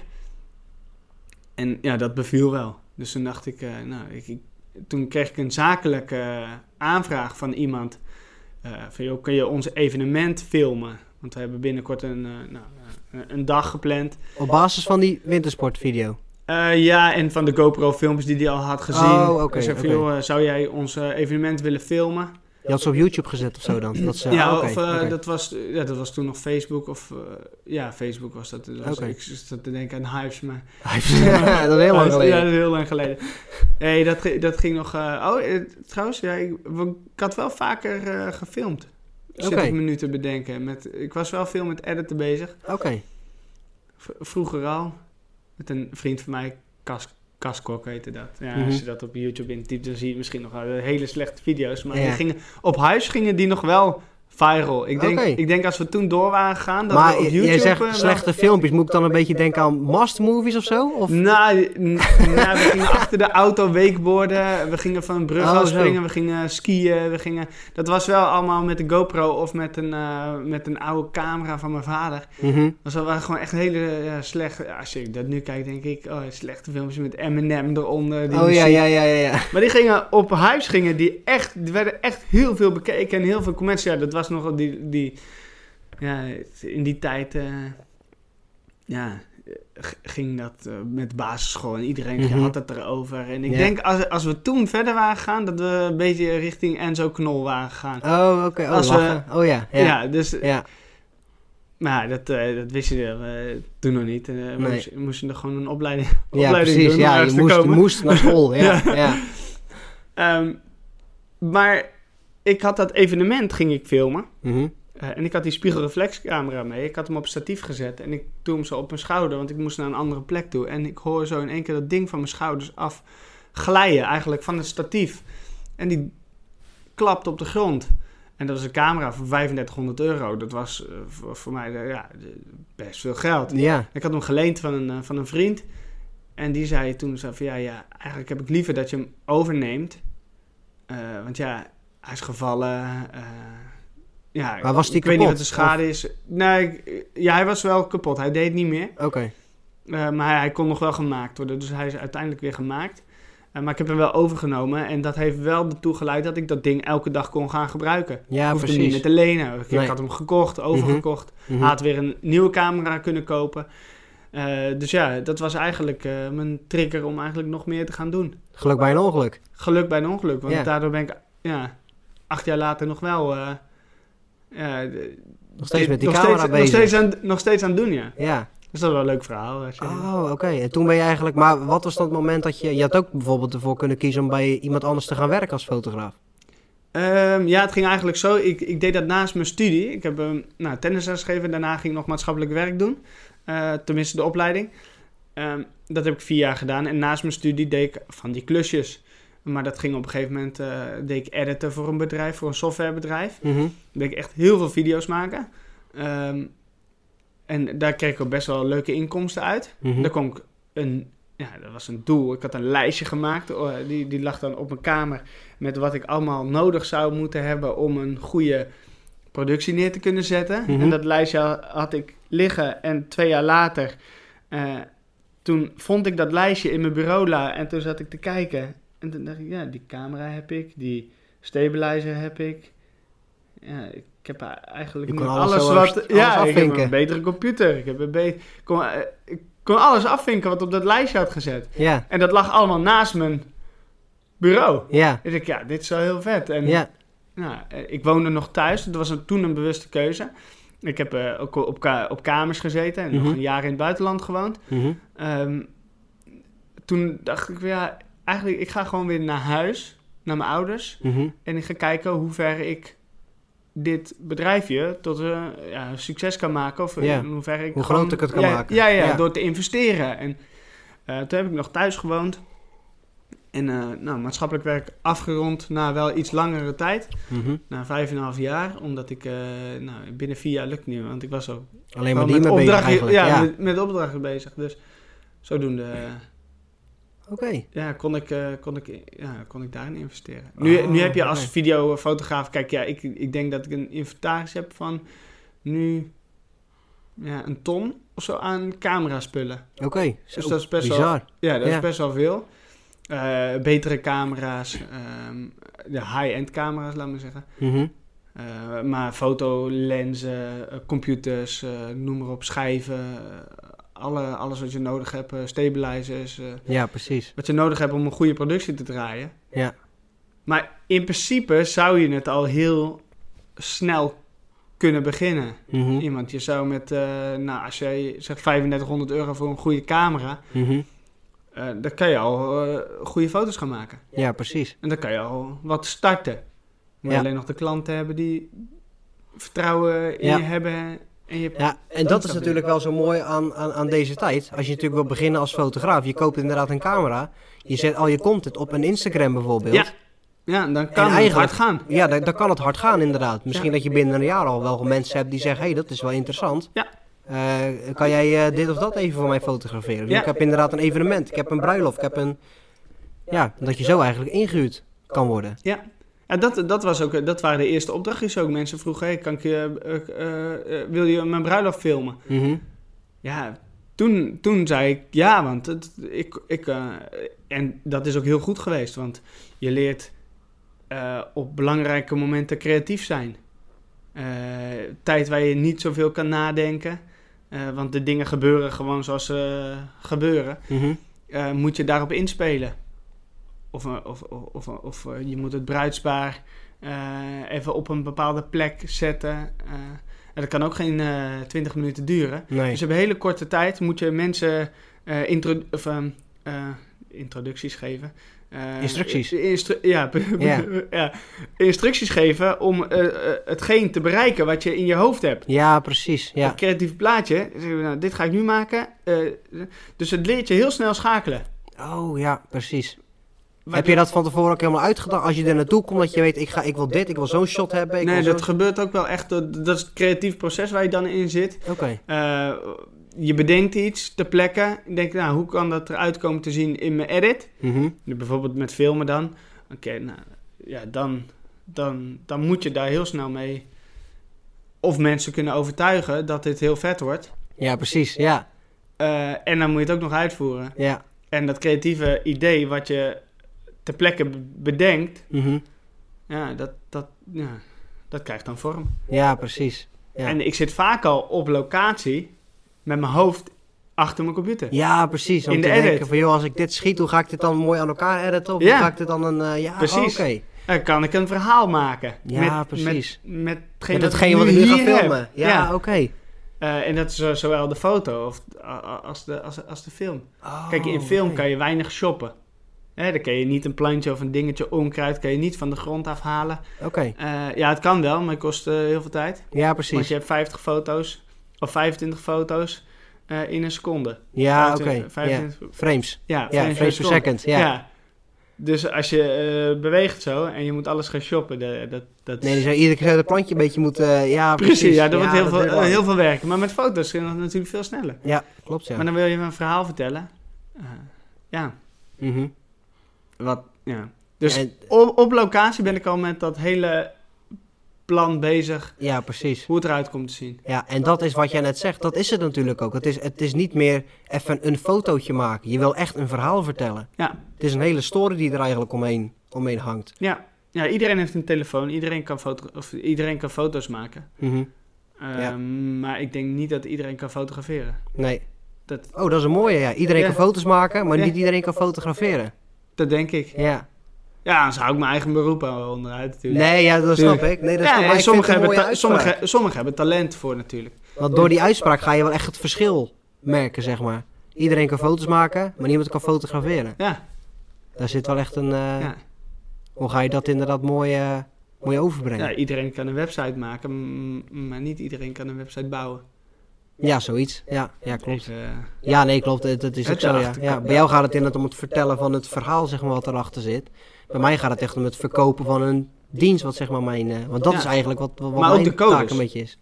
En ja, dat beviel wel. Dus toen dacht ik, uh, nou, ik, ik, toen kreeg ik een zakelijke uh, aanvraag van iemand. Uh, van, joh, kun je ons evenement filmen? Want we hebben binnenkort een, uh, nou, uh, een dag gepland.
Op basis van die wintersportvideo?
Uh, ja, en van de GoPro-filmpjes die hij al had gezien.
Oh, oké. Okay,
ik zei van,
okay.
joh, uh, zou jij ons uh, evenement willen filmen?
Je had ze op YouTube gezet of zo dan? Dat ze,
ja,
oh, okay,
of uh,
okay.
Dat, was, ja, dat was toen nog Facebook. Of, uh, ja, Facebook was dat. dat was, okay. Ik zat te denken aan Hives. Maar,
ja, dat is heel lang geleden.
Ja, dat is heel lang geleden. Nee, dat, dat ging nog... Uh, oh, uh, trouwens, ja, ik, ik had wel vaker uh, gefilmd. Zit okay. ik me nu te bedenken. Met, ik was wel veel met editen bezig.
Oké. Okay.
V- vroeger al. Met een vriend van mij, Kas, Kaskok heette dat. Ja,
mm-hmm.
Als je dat op YouTube intypt, dan zie je misschien nog wel hele slechte video's. Maar
ja.
die gingen, op huis gingen die nog wel viral. Ik denk,
okay.
ik denk als we toen door waren gegaan... Dat
maar
we op YouTube,
jij zegt
uh,
slechte wel... filmpjes. Moet ik dan een beetje denken aan must-movies of zo? Of?
Nou, n- nou, we gingen achter de auto wakeboarden. We gingen van een brug
oh,
afspringen.
zo.
We gingen skiën. We gingen, dat was wel allemaal met de GoPro of met een, uh, met een oude camera van mijn vader.
Mm-hmm.
Dat was gewoon echt een hele uh, slechte... Als je dat nu kijkt, denk ik... Oh, slechte filmpjes met Eminem eronder. Die
oh ja, ja, ja, ja, ja.
Maar die gingen op huis gingen die echt... Die werden echt heel veel bekeken en heel veel comments. Ja, dat was nog die... die ja, in die tijd... Uh, ja... ging dat uh, met basisschool en iedereen mm-hmm. had het erover. En ik ja. denk, als, als we toen verder waren gegaan, dat we een beetje richting Enzo Knol waren gegaan.
Oh, oké. Okay. Oh,
als we,
oh ja. Ja,
ja dus...
Ja.
Maar dat, uh, dat wist je uh, toen nog niet. Uh,
nee.
moest, moest je er gewoon een opleiding,
ja,
opleiding
precies,
doen.
Ja, je moest, moest naar school. Ja, ja.
ja. Um, maar ik had dat evenement, ging ik filmen.
Mm-hmm.
Uh, en ik had die spiegelreflexcamera mee. Ik had hem op statief gezet en ik doe hem zo op mijn schouder, want ik moest naar een andere plek toe. En ik hoor zo in één keer dat ding van mijn schouders af glijden, eigenlijk van het statief. En die klapt op de grond. En dat was een camera voor vijfendertighonderd euro. Dat was uh, voor, voor mij uh, ja, best veel geld.
Ja.
Ik had hem geleend van een, uh, van een vriend. En die zei toen zo van ja, ja, eigenlijk heb ik liever dat je hem overneemt. Uh, want ja, hij is gevallen. Uh, ja,
maar was die
ik
kapot?
weet niet wat de schade of? is. Nee, ja, hij was wel kapot. Hij deed niet meer.
Oké. Okay.
Uh, maar hij, hij kon nog wel gemaakt worden. Dus hij is uiteindelijk weer gemaakt. Uh, maar ik heb hem wel overgenomen. En dat heeft wel ertoe geleid dat ik dat ding elke dag kon gaan gebruiken.
Ja,
ik hoefde
precies.
hem niet meer te lenen. Ik
nee.
had hem gekocht, overgekocht.
Mm-hmm.
Hij had weer een nieuwe camera kunnen kopen. Uh, dus ja, dat was eigenlijk uh, mijn trigger om eigenlijk nog meer te gaan doen.
Geluk bij een ongeluk.
Geluk bij een ongeluk. Want
ja.
daardoor ben ik ja, acht jaar later nog wel... Uh, uh,
nog steeds met die
nog
camera
steeds,
bezig.
Nog steeds, aan, nog steeds aan het doen, ja.
Ja.
Dus dat is wel een leuk verhaal. Als je...
Oh, oké. Okay. En toen ben je eigenlijk... Maar wat was dan het moment dat je... Je had ook bijvoorbeeld ervoor kunnen kiezen om bij iemand anders te gaan werken als fotograaf.
Um, ja, het ging eigenlijk zo. Ik, ik deed dat naast mijn studie. Ik heb um, nou, tennisles gegeven. Daarna ging ik nog maatschappelijk werk doen. Uh, tenminste de opleiding. Um, dat heb ik vier jaar gedaan. En naast mijn studie deed ik van die klusjes. Maar dat ging op een gegeven moment... Uh, deed ik editen voor een bedrijf, voor een softwarebedrijf.
Mm-hmm.
Deed ik echt heel veel video's maken. Um, en daar kreeg ik ook best wel leuke inkomsten uit.
Mm-hmm.
Daar kon ik een... Ja, dat was een doel. Ik had een lijstje gemaakt. Oh, die, die lag dan op mijn kamer met wat ik allemaal nodig zou moeten hebben om een goede productie neer te kunnen zetten.
Mm-hmm.
En dat lijstje had ik liggen en twee jaar later, uh, toen vond ik dat lijstje in mijn bureau la en toen zat ik te kijken. En toen dacht ik, ja, die camera heb ik, die stabilizer heb ik. Ja, ik heb eigenlijk nu alles, alles wat...
Alles
ja,
afvinken.
ik heb een betere computer. Ik heb een be- kon, uh, ik kon alles afvinken wat op dat lijstje had gezet.
Ja.
En dat lag allemaal naast mijn bureau.
Ja.
Dus ik, ja, dit is wel heel vet. En
ja.
nou, ik woonde nog thuis. Dat was een, toen een bewuste keuze. Ik heb uh, ook op, ka- op kamers gezeten en mm-hmm. nog een jaar in het buitenland gewoond.
Mm-hmm.
Um, toen dacht ik, ja, eigenlijk, ik ga gewoon weer naar huis, naar mijn ouders.
Mm-hmm.
En ik ga kijken hoe ver ik dit bedrijfje tot uh, ja, succes kan maken. Of
ja.
hoe ver ik
hoe
gewoon,
groot ik het kan
ja,
maken.
Ja, ja,
ja,
door te investeren. En uh, toen heb ik nog thuis gewoond. En uh, nou, maatschappelijk werk afgerond na wel iets langere tijd.
Mm-hmm.
Na vijf en een half jaar. Omdat ik, uh, nou, binnen vier jaar lukt niet. Want ik was ook
alleen maar die mee bezig eigenlijk.
Ja,
ja.
met, met opdrachten bezig. Dus zodoende... Uh,
Oké. Okay.
Ja, kon ik, uh, kon, ik, ja, kon ik daarin investeren. Nu,
oh,
nu heb je als
okay.
videofotograaf... Kijk, ja, ik, ik denk dat ik een inventaris heb van nu ja, een ton of zo aan cameraspullen.
Oké, okay.
Dus dat is best
bizar.
wel... Ja, dat
ja.
is best wel veel. Uh, betere camera's, um, de high-end camera's, laat maar zeggen.
Mm-hmm.
Uh, maar fotolenzen, uh, computers, uh, noem maar op, schijven... Uh, Alle, alles wat je nodig hebt, uh, stabilizers. Uh,
ja, precies.
Wat je nodig hebt om een goede productie te draaien.
Ja.
Maar in principe zou je het al heel snel kunnen beginnen.
Mm-hmm.
Iemand, je zou met, uh, nou, als jij zegt vijfendertighonderd euro voor een goede camera,
mm-hmm.
uh, dan kan je al uh, goede foto's gaan maken.
Ja, precies.
En dan kan je al wat starten. Moet je
ja.
alleen nog de klanten hebben die vertrouwen in
ja.
je hebben. En je
ja, en dat is natuurlijk wel zo mooi aan, aan, aan deze tijd. Als je natuurlijk wil beginnen als fotograaf, je koopt inderdaad een camera, je zet al je content op een Instagram bijvoorbeeld.
Ja, ja dan kan het hard gaan.
Ja, dan, dan kan het hard gaan inderdaad. Misschien ja. dat je binnen een jaar al wel mensen hebt die zeggen, hé, hey, dat is wel interessant.
Ja.
Uh, kan jij uh, dit of dat even voor mij fotograferen?
Ja.
Ik heb inderdaad een evenement, ik heb een bruiloft, ik heb een... Ja, dat je zo eigenlijk ingehuurd kan worden.
Ja. Ja, dat, dat, was ook, dat waren de eerste opdrachtjes ook. Mensen vroegen, hey, kan ik je, uh, uh, wil je mijn bruiloft filmen?
Mm-hmm.
Ja, toen, toen zei ik ja, want het, ik... ik uh, en dat is ook heel goed geweest, want je leert uh, op belangrijke momenten creatief zijn. Uh, tijd waar je niet zoveel kan nadenken, uh, want de dingen gebeuren gewoon zoals ze uh, gebeuren.
Mm-hmm.
Uh, moet je daarop inspelen. Of, of, of, of, of uh, je moet het bruidspaar uh, even op een bepaalde plek zetten. Uh, en dat kan ook geen uh, twintig minuten duren.
Nee.
Dus op een hele korte tijd moet je mensen uh, intro- of, um, uh, introducties geven. Uh,
instructies.
Instru- ja,
ja.
ja, instructies geven om uh, uh, hetgeen te bereiken wat je in je hoofd hebt.
Ja, precies. Ja.
Een creatief plaatje. Nou, dit ga ik nu maken. Uh, dus het leert je heel snel schakelen.
Oh ja, precies.
Wat
heb je dat van tevoren ook helemaal uitgedacht? Als je er naartoe komt, dat je weet, ik, ga, ik wil dit, ik wil zo'n shot hebben. Ik
nee,
wil
dat gebeurt ook wel echt. Dat is het creatief proces waar je dan in zit.
Oké.
Okay. Uh, je bedenkt iets ter plekke. Je denkt, nou, hoe kan dat eruit komen te zien in mijn edit?
Mm-hmm.
Bijvoorbeeld met filmen dan. Oké, okay, nou, ja, dan, dan, dan moet je daar heel snel mee... Of mensen kunnen overtuigen dat dit heel vet wordt.
Ja, precies, ja.
Uh, en dan moet je het ook nog uitvoeren.
Ja.
En dat creatieve idee wat je ter plekke bedenkt...
Mm-hmm.
Ja, dat, dat, ja, dat krijgt dan vorm.
Ja, precies. Ja.
En ik zit vaak al op locatie met mijn hoofd achter mijn computer.
Ja, precies. Om
in
te
de
denken
edit.
van, joh, als ik dit schiet, hoe ga ik dit dan mooi aan elkaar editen? Of
Ja.
hoe ga ik dit dan een... Uh, ja,
precies.
Oh, okay.
Dan kan ik een verhaal maken.
Ja,
met,
precies.
Met, met,
met hetgeen wat ik nu ga filmen.
Heb.
Ja,
ja.
oké. Okay.
Uh, en dat is uh, zowel de foto of, uh, als, de, als, als de film.
Oh,
Kijk, in film
okay.
kan je weinig shoppen. Hè, dan kan je niet een plantje of een dingetje onkruid... kan je niet van de grond afhalen.
Oké. Okay.
Uh, ja, het kan wel, maar het kost uh, heel veel tijd.
Ja, precies.
Want je hebt vijftig foto's of vijfentwintig foto's uh, in een seconde.
Ja, oké.
Okay.
Ja. Frames.
Ja,
ja,
frames,
frames per second. Ja.
ja. Dus als je uh, beweegt zo en je moet alles gaan shoppen... De, dat, dat
Nee, dus iedere keer het plantje een beetje moet... Uh, ja,
precies,
precies.
ja, dat
ja,
wordt heel,
dat
veel, uh, heel veel werken. Maar met foto's gaat het natuurlijk veel sneller.
Ja, klopt, ja.
Maar dan wil je een verhaal vertellen. Uh, ja.
Mm-hmm.
Wat, ja. Dus
en,
op, op locatie ben ik al met dat hele plan bezig.
Ja, precies.
Hoe het eruit komt te zien.
Ja, en dat is wat jij net zegt. Dat is het natuurlijk ook. Het is, het is niet meer even een fotootje maken. Je wil echt een verhaal vertellen.
Ja.
Het is een hele story die er eigenlijk omheen, omheen hangt.
Ja. Ja, iedereen heeft een telefoon. Iedereen kan, foto- of iedereen kan foto's maken.
Mm-hmm.
Uh,
ja.
Maar ik denk niet dat iedereen kan fotograferen.
Nee.
Dat,
oh, dat is een mooie, ja. Iedereen
ja.
kan foto's maken, maar
ja.
niet iedereen kan fotograferen.
Dat denk ik.
Ja.
Ja, dan zou ik mijn eigen beroep al onderuit natuurlijk.
Nee, ja, dat snap ik. Nee, dat is
ja,
toch, maar
en
ik
sommigen,
vind het
hebben
een
ta-
mooie uitspraak.
sommige, sommigen hebben talent voor natuurlijk.
Want door die uitspraak ga je wel echt het verschil merken, zeg maar. Iedereen kan foto's maken, maar niemand kan fotograferen.
Ja,
Daar zit wel echt een... eh,
ja.
Hoe ga je dat inderdaad mooi, eh, mooi overbrengen?
ja, iedereen kan een website maken, m- maar niet iedereen kan een website bouwen.
Ja, zoiets. Ja, ja klopt.
Even, uh,
Ja, nee, klopt. Dat, dat is
Het
ook zo, ja.
achterkant.
ja. Bij jou gaat het inderdaad om het vertellen van het verhaal, zeg maar, wat erachter zit. Bij mij gaat het echt om het verkopen van een dienst, wat zeg maar mijn... eh, want dat
Ja.
is eigenlijk wat, wat
Maar ook
mijn
de codes.
taak een beetje is.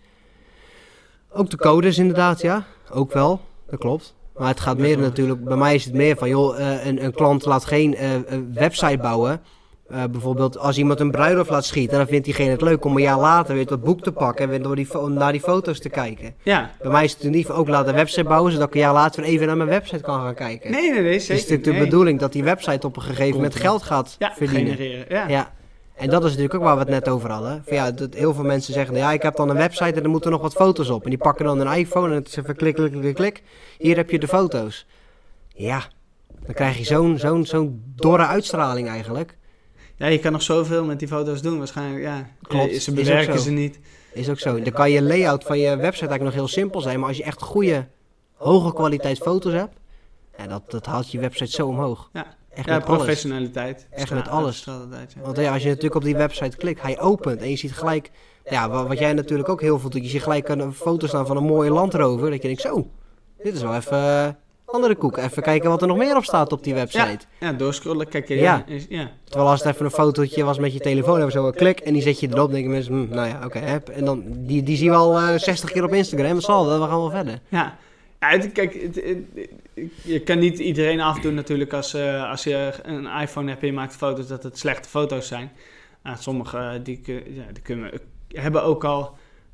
Ook de codes inderdaad, ja. Ook wel, dat klopt. Maar het gaat meer natuurlijk... Bij mij is het meer van, joh, uh, een, een klant laat geen uh, een website bouwen. Uh, bijvoorbeeld als iemand een bruiloft laat schieten, dan vindt diegene het leuk om een jaar later weer dat boek te pakken en weer door die fo- naar die foto's te kijken.
ja.
Bij mij is het in ieder geval ook laten een website bouwen, zodat ik een jaar later weer even naar mijn website kan gaan kijken.
Nee, nee, nee,
Het is
zeker.
natuurlijk de
nee.
bedoeling dat die website op een gegeven moment geld gaat
Ja,
verdienen.
genereren. Ja.
Ja. En dat is natuurlijk ook waar we het net over hadden. Van ja, dat heel veel mensen zeggen, ja, ik heb dan een website en er moeten nog wat foto's op. En die pakken dan een iPhone en het is even klik, klik, klik, klik. Hier heb je de foto's. Ja, dan krijg je zo'n zo'n zo'n dorre uitstraling eigenlijk.
Ja, je kan nog zoveel met die foto's doen. Waarschijnlijk, ja.
Klopt,
Eh,
is
Ze
ook
bewerken
zo.
ze niet.
Is ook zo. Dan kan je layout van je website eigenlijk nog heel simpel zijn. Maar als je echt goede, hoge kwaliteit foto's hebt, ja, dat, dat haalt je website zo omhoog.
Ja,
Echt
ja
met alles.
professionaliteit.
Echt
Stra-
met alles.
straalt het uit, ja.
Want ja, als je natuurlijk op die website klikt, hij opent en je ziet gelijk, ja, wa- wat jij natuurlijk ook heel veel doet, je ziet gelijk een foto staan van een mooie Land Rover, dat je denkt, zo, dit is wel even eh, andere koek. Even kijken wat er nog meer op staat op die website.
Ja, doorscrollen, kijk je.
Ja.
Is, ja.
Terwijl als het even een fotootje was met je telefoon, even zo een klik en die zet je erop, denken mensen, hm, nou ja, oké, hè. En dan, die, die zien we al eh, zestig keer op Instagram, dat zal, we gaan wel verder.
Ja, ja het- kijk, het, het- je kan niet iedereen afdoen natuurlijk als, eh, als je een iPhone hebt en je maakt foto's dat het slechte foto's zijn. Uh, sommige uh, die, kun- ja, die kunnen, hebben ook al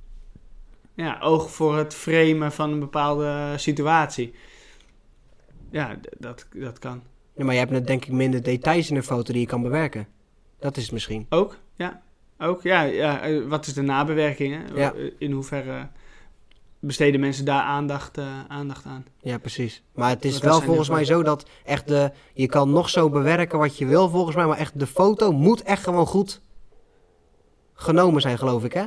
ja, oog voor het framen van een bepaalde situatie. Ja, d- dat, dat kan.
Ja, maar je hebt net denk ik minder details in een foto die je kan bewerken. Dat is het misschien.
Ook, ja. Ook, ja. ja eh, wat is de nabewerking? Hè?
Ja.
In hoeverre besteden mensen daar aandacht, uh, aandacht aan?
Ja, precies. Maar het is
Want dat
wel
zijn
volgens
heel
mij zo dat echt de... Je kan nog zo bewerken wat je wil volgens mij, maar echt de foto moet echt gewoon goed genomen zijn, geloof ik, hè?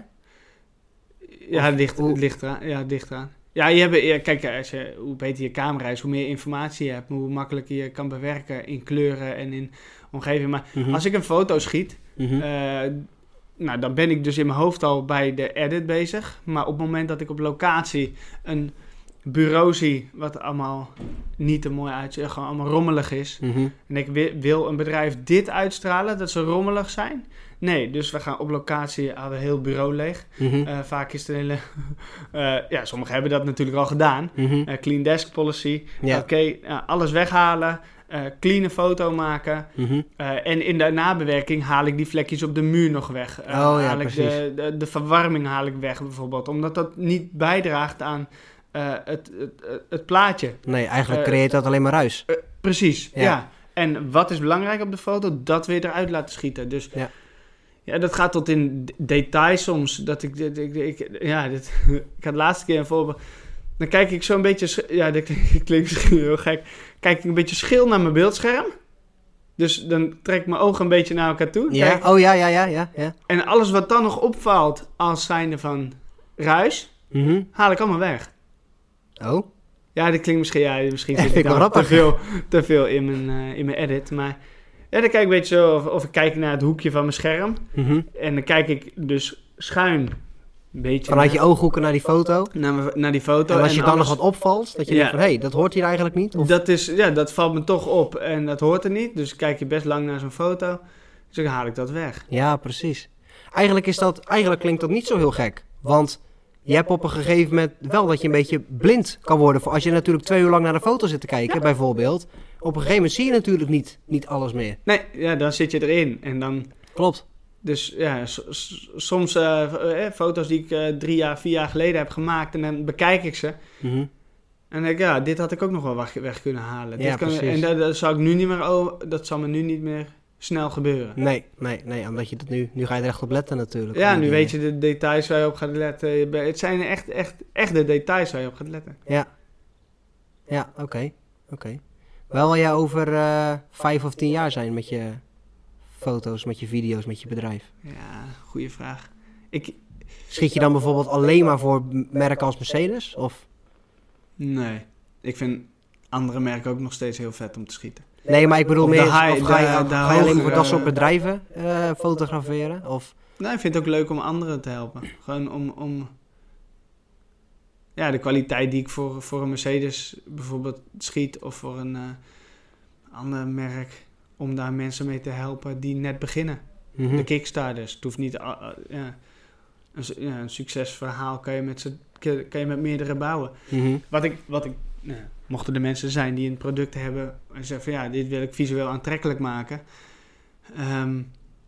Ja, het ligt,
hoe-
het ligt eraan. Ja, het ligt eraan. Ja, je hebt, ja, kijk, als je, hoe beter je camera is, hoe meer informatie je hebt, hoe makkelijker je kan bewerken in kleuren en in omgeving. Maar
Mhm.
als ik een foto schiet,
Mhm.
eh, nou, dan ben ik dus in mijn hoofd al bij de edit bezig. Maar op het moment dat ik op locatie een bureau zie, wat allemaal niet er mooi uitziet, gewoon allemaal rommelig is.
Mhm.
En ik wi- wil een bedrijf dit uitstralen, dat ze rommelig zijn? Nee, dus we gaan op locatie, hadden heel bureau leeg.
Mhm.
Uh, vaak is het een hele... uh, ja, sommigen hebben dat natuurlijk al gedaan.
Mhm.
Uh, clean desk policy.
Ja.
Oké, uh, alles weghalen. Uh, clean een foto maken.
Mhm.
Uh, en in de nabewerking haal ik die vlekjes op de muur nog weg. Uh,
Oh, ja,
haal ik de,
precies.
de, de verwarming haal ik weg bijvoorbeeld. Omdat dat niet bijdraagt aan uh, het, het, het, het plaatje.
Nee, eigenlijk
Eh,
creëert dat alleen maar ruis.
Uh, precies,
Ja.
ja. En wat is belangrijk op de foto? Dat weer eruit laten schieten. Dus
Ja.
ja, dat gaat tot in d- detail soms. Dat ik, ik, ik, ik- ja, dit, ik had de laatste keer een voorbeeld. Dan kijk ik zo'n beetje, sch- ja, dat klinkt, klinkt misschien heel gek. Kijk ik een beetje schil naar mijn beeldscherm. Dus dan trek ik mijn ogen een beetje naar elkaar toe.
Ja?
Kijk,
Oh ja, ja, ja, ja. ja.
en alles wat dan nog opvalt als zijnde van ruis,
Mhm.
haal ik allemaal weg.
Oh?
Ja, dat klinkt misschien, ja, misschien
Ja,
zit
vind
ik
ik wel
dan te
grappig.
veel, te veel in mijn, eh, in mijn edit. Maar ja, dan kijk ik een beetje zo, of, of ik kijk naar het hoekje van mijn scherm.
Mhm.
En dan kijk ik dus schuin een beetje
Vanuit je
naar,
ooghoeken naar die foto.
naar, mijn- naar die foto.
En als je dan
alles-
nog wat opvalt, dat je
Ja.
denkt van, hé, hey, dat hoort hier eigenlijk niet. Of...
Dat, is, ja, dat valt me toch op en dat hoort er niet. Dus kijk je best lang naar zo'n foto. Dus dan haal ik dat weg.
Ja, precies. Eigenlijk, is dat, eigenlijk klinkt dat niet zo heel gek. Want je hebt op een gegeven moment wel dat je een beetje blind kan worden. Voor als je natuurlijk twee uur lang naar de foto zit te kijken, bijvoorbeeld. Op een gegeven moment zie je natuurlijk niet, niet alles meer.
Nee, ja, dan zit je erin. En dan,
Klopt.
dus ja, s- s- soms eh, eh, foto's die ik eh, drie jaar, vier jaar geleden heb gemaakt. En dan bekijk ik ze.
Mhm.
En dan denk ik, ja, dit had ik ook nog wel weg, weg kunnen halen.
Ja,
dit kan,
precies.
en dat, dat zou ik nu niet meer, oh, dat zal me nu niet meer snel gebeuren.
Nee, nee, nee, omdat je dat nu, nu ga je er echt op letten natuurlijk.
Ja,
Om
nu
die-
weet je de details waar je op gaat letten. Je be- Het zijn echt, echt, echt de details waar je op gaat letten.
Ja, ja, oké, oké. Wel wil jij over eh, vijf of tien jaar zijn met je foto's, met je video's, met je bedrijf?
Ja, goede vraag. Ik,
Schiet je dan bijvoorbeeld alleen maar voor merken als Mercedes? Of?
nee, ik vind andere merken ook nog steeds heel vet om te schieten.
Nee, maar ik bedoel
Of de
meer,
high-
of ga je,
de- de
ga je alleen maar voor dat
hogere-
soort bedrijven eh, fotograferen? Of?
Nou, ik vind het ook leuk om anderen te helpen. Gewoon om, om ja, de kwaliteit die ik voor, voor een Mercedes bijvoorbeeld schiet of voor een uh, ander merk, om daar mensen mee te helpen die net beginnen.
Mhm.
De kickstarters. Het hoeft niet, uh, uh, ja, een, su- ja, een succesverhaal kan je met, z'n- kan kan je met meerdere bouwen.
Mhm.
Wat ik, wat ik nou, mochten er mensen zijn die een product hebben en zeggen van ja, dit wil ik visueel aantrekkelijk maken. Ehm,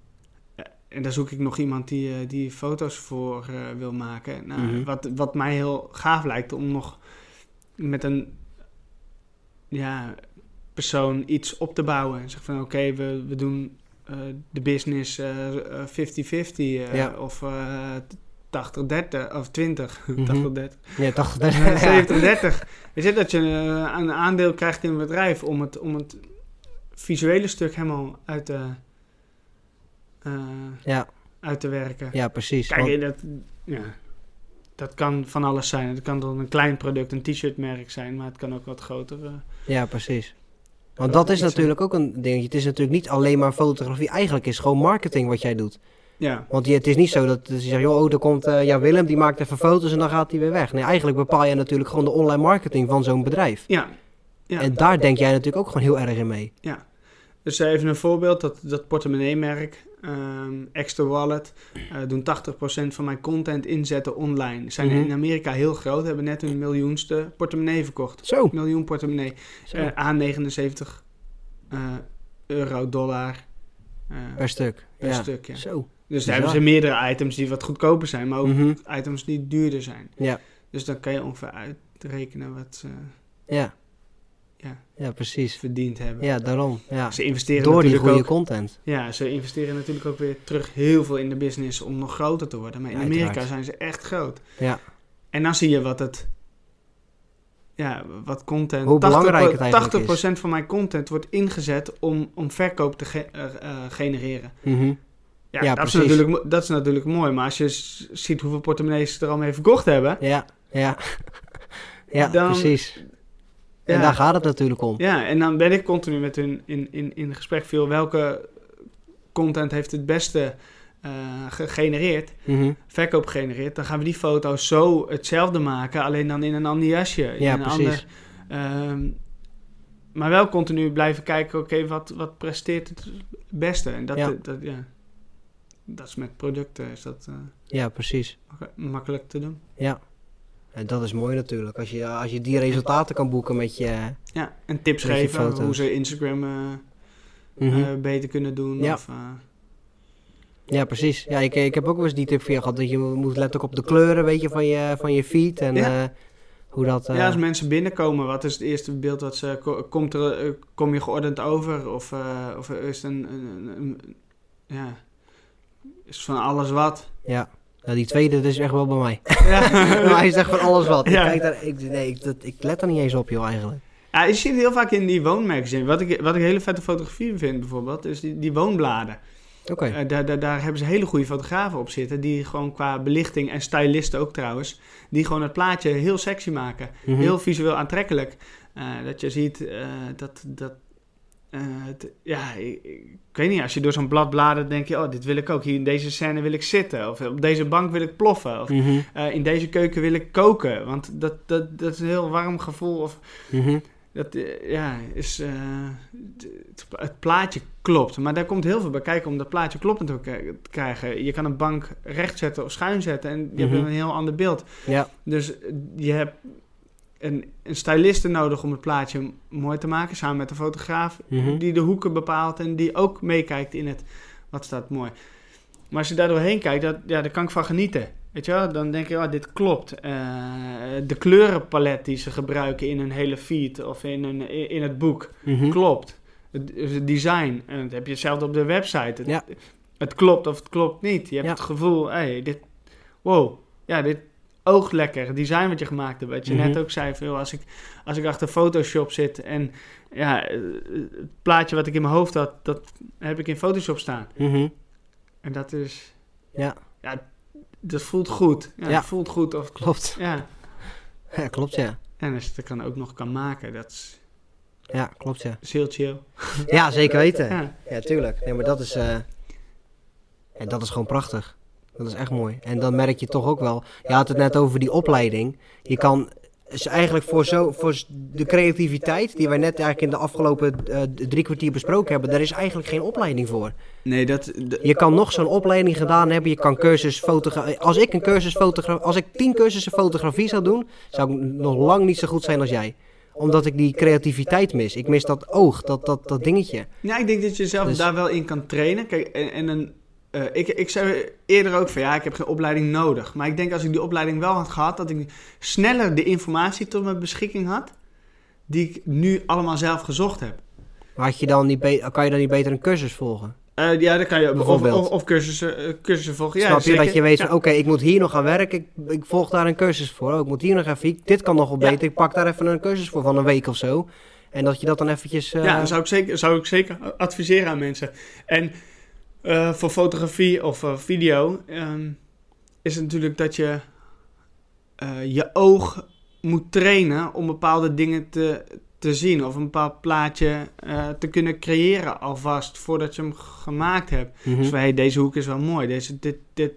en daar zoek ik nog iemand die, uh, die foto's voor uh, wil maken. Nou,
Mhm.
wat, wat mij heel gaaf lijkt om nog met een ja, persoon iets op te bouwen. En zeggen van oké, okay, we, we doen uh, de business uh, uh, vijftig vijftig uh,
Ja.
of uh, tachtig dertig of twintig.
Mhm.
tachtig dertig.
Ja, tachtig, ja.
zeventig dertig. Is het dat je uh, een aandeel krijgt in een bedrijf om het, om het visuele stuk helemaal uit te, uh,
Ja.
uit te werken.
Ja, precies.
Kijk,
Want-
dat, ja, dat kan van alles zijn. Het kan dan een klein product, een t-shirtmerk zijn, maar het kan ook wat groter. Uh,
ja, precies. Want dat is natuurlijk ook een dingetje. Het is natuurlijk niet alleen maar fotografie. Eigenlijk is het gewoon marketing wat jij doet.
ja,
Want je, het is niet zo dat je zegt, joh, oh, er komt uh, ja, Willem, die maakt even foto's en dan gaat hij weer weg. Nee, eigenlijk bepaal je natuurlijk gewoon de online marketing van zo'n bedrijf.
ja, ja.
En daar denk jij natuurlijk ook gewoon heel erg in mee.
Ja, dus even een voorbeeld, dat, dat portemonnee-merk, um, Extra Wallet, uh, doen tachtig procent van mijn content inzetten online. Zijn
Mhm.
in Amerika heel groot, hebben net hun miljoenste portemonnee verkocht.
Zo.
Miljoen portemonnee.
Zo.
Uh, A negenenzeventig uh, euro, dollar uh,
Per stuk.
per
Ja.
stuk. Ja.
Zo.
Dus
Bizar.
daar hebben ze meerdere items die wat goedkoper zijn, maar ook
Mhm.
items die duurder zijn.
Ja.
Dus dan kan je ongeveer uitrekenen wat ze
Ja.
Ja.
Ja, precies.
verdiend hebben.
Ja, daarom. Ja.
Ze investeren
Door die
natuurlijk
goede
ook,
content.
ja, ze investeren natuurlijk ook weer terug heel veel in de business om nog groter te worden. Maar in
Ja,
Amerika
uiteraard.
zijn ze echt groot.
Ja.
En dan zie je wat het, ja, wat content.
Hoe belangrijk het eigenlijk
tachtig procent van mijn content wordt ingezet om, om verkoop te ge- uh, uh, genereren.
Mhm.
Ja,
Ja,
dat, is
precies.
natuurlijk, mo- dat is natuurlijk mooi. Maar als je s- ziet hoeveel portemonnees ze er al mee verkocht hebben.
Ja. Ja. Ja,
Dan-
precies. En
Ja,
daar gaat het natuurlijk om.
ja, en dan ben ik continu met hun in, in, in gesprek. Veel welke content heeft het beste uh, gegenereerd,
Mhm.
verkoop gegenereerd. Dan gaan we die foto's zo hetzelfde maken, alleen dan in een ander jasje. In
Ja,
een
precies.
ander, ehm, maar wel continu blijven kijken, oké, wat, wat presteert het beste? En dat,
Ja.
dat, ja, dat is met producten is dat uh,
Ja, precies.
mak- makkelijk te doen.
Ja. En dat is mooi natuurlijk. Als je, als je die resultaten kan boeken met je...
Ja, en tips
Met je
geven
foto's.
hoe ze Instagram uh,
Mhm.
uh, beter kunnen doen.
Ja.
Of, uh,
Ja, precies. Ja, ik, ik heb ook wel eens die tip voor je gehad. Dat je moet letten ook op de kleuren, weet je, van je, van je feed. En
Ja.
eh, hoe dat... eh,
Ja, als mensen binnenkomen, wat is het eerste beeld wat ze... ko- Komt er, eh, kom je geordend over? Of, uh, of is het een, een, een, een- Ja... Is het van alles wat?
ja. Nou, die tweede dat is echt wel bij mij.
Ja,
Maar hij zegt van alles wat.
Ja.
Ik, kijk daar, ik, nee, ik, dat, ik let er niet eens op, joh, eigenlijk.
ja, je ziet het heel vaak in die woonmagazine. Wat ik, wat ik hele vette fotografie vind bijvoorbeeld, is die, die woonbladen.
Oké.
Eh, daar, daar, daar hebben ze hele goede fotografen op zitten, die gewoon qua belichting, en stylisten ook trouwens, die gewoon het plaatje heel sexy maken.
Mhm.
Heel visueel aantrekkelijk. Uh, dat je ziet uh, dat... dat uh, het, ja, ik, ik weet niet, als je door zo'n blad bladert, denk je, oh, dit wil ik ook. Hier in deze scène wil ik zitten. Of op deze bank wil ik ploffen. Of
Mhm.
uh, in deze keuken wil ik koken. Want dat, dat, dat is een heel warm gevoel. Of
Mhm.
dat, uh, ja, is... Uh, het, het plaatje klopt. Maar daar komt heel veel bij kijken om dat plaatje kloppend te krijgen. Je kan een bank recht zetten of schuin zetten en je
Mhm.
hebt een heel ander beeld.
Ja.
Dus je hebt een, een styliste nodig om het plaatje mooi te maken, samen met de fotograaf,
Mhm.
die de hoeken bepaalt en die ook meekijkt in het, wat staat mooi. Maar als je daar doorheen kijkt, dat, ja, daar kan ik van genieten. Weet je wel? Dan denk je, oh, dit klopt. Uh, de kleurenpalet die ze gebruiken in een hele feed of in, een, in het boek,
Mhm.
klopt. Het, het design, en dat heb je hetzelfde op de website. Het,
Ja.
het klopt of het klopt niet. Je hebt
Ja.
het gevoel, hey, dit, wow, ja, dit, oogt lekker. Het design wat je gemaakt hebt. Wat je
Mhm.
net ook zei. Van, joh, als, ik, als ik achter Photoshop zit en ja, eh, het plaatje wat ik in mijn hoofd had, dat heb ik in Photoshop staan.
Mhm.
En dat is...
Ja.
Ja, dat voelt goed. Ja,
Ja.
Het voelt goed. Of,
Klopt.
ja.
Ja, klopt, ja.
En als je het dan ook nog kan maken, dat is,
Ja, klopt, ja.
is heel chill.
Ja, zeker weten.
Ja.
Ja, tuurlijk. Nee, maar dat is, eh, ja, dat is gewoon prachtig. Dat is echt mooi. En dan merk je toch ook wel... Je had het net over die opleiding. Je kan... Is eigenlijk voor, zo, voor de creativiteit... die wij net eigenlijk in de afgelopen eh, drie kwartier besproken hebben... daar is eigenlijk geen opleiding voor.
Nee, dat... de-
Je kan nog zo'n opleiding gedaan hebben. Je kan cursus fotografie... Als ik een cursus fotografie... Als ik tien cursussen fotografie zou doen... zou ik nog lang niet zo goed zijn als jij. Omdat ik die creativiteit mis. Ik mis dat oog, dat, dat, dat dingetje.
Ja, ik denk dat je jezelf
Dus-
daar wel in kan trainen. Kijk, en, en een, eh, ik, ik zei eerder ook van ja, ik heb geen opleiding nodig. Maar ik denk als ik die opleiding wel had gehad, dat ik sneller de informatie tot mijn beschikking had, die ik nu allemaal zelf gezocht heb.
Maar had je dan niet be- kan je dan niet beter een cursus volgen?
Eh, ja, dan kan je of,
Bijvoorbeeld.
of, of cursussen, eh, cursussen volgen. Ja,
Snap je
zeker.
dat je weet van
Ja.
oké, ik moet hier nog aan werken. Ik, ik volg daar een cursus voor. Oh, ik moet hier nog even... Dit kan nog wel
Ja.
beter. Ik pak daar even een cursus voor van een week of zo. En dat je dat dan eventjes... eh,
Ja, dat zou ik zeker, zou ik zeker adviseren aan mensen. En eh, voor fotografie of eh, video ehm, is het natuurlijk dat je eh, je oog moet trainen om bepaalde dingen te, te zien. Of een bepaald plaatje eh, te kunnen creëren alvast voordat je hem gemaakt hebt.
mhm.
Dus van, hey, deze hoek is wel mooi. Deze, dit, dit,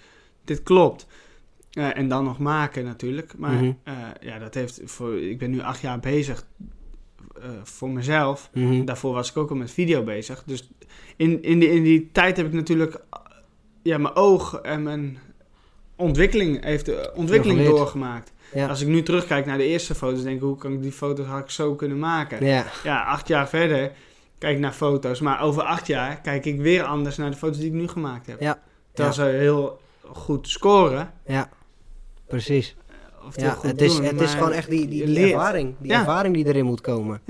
dit klopt. Eh, en dan nog maken natuurlijk. Maar
Mhm.
eh, ja, dat heeft voor, ik ben nu acht jaar bezig eh, voor mezelf.
Mhm.
Daarvoor was ik ook al met video bezig. Dus in, in, die, in die tijd heb ik natuurlijk uh, ja, mijn oog en mijn ontwikkeling, heeft de ontwikkeling
geleerd.
doorgemaakt.
Ja.
Als ik nu terugkijk naar de eerste foto's, denk ik, hoe kan ik die foto's had ik zo kunnen maken?
Ja.
Ja, acht jaar verder kijk ik naar foto's. Maar over acht jaar kijk ik weer anders naar de foto's die ik nu gemaakt heb.
Ja.
Terwijl ze heel goed scoren.
Ja. Precies.
Of het heel
Ja,
goed
het is,
doen,
het is
maar
gewoon echt die, die,
je
die
leert.
ervaring. Die
Ja.
ervaring die erin moet komen.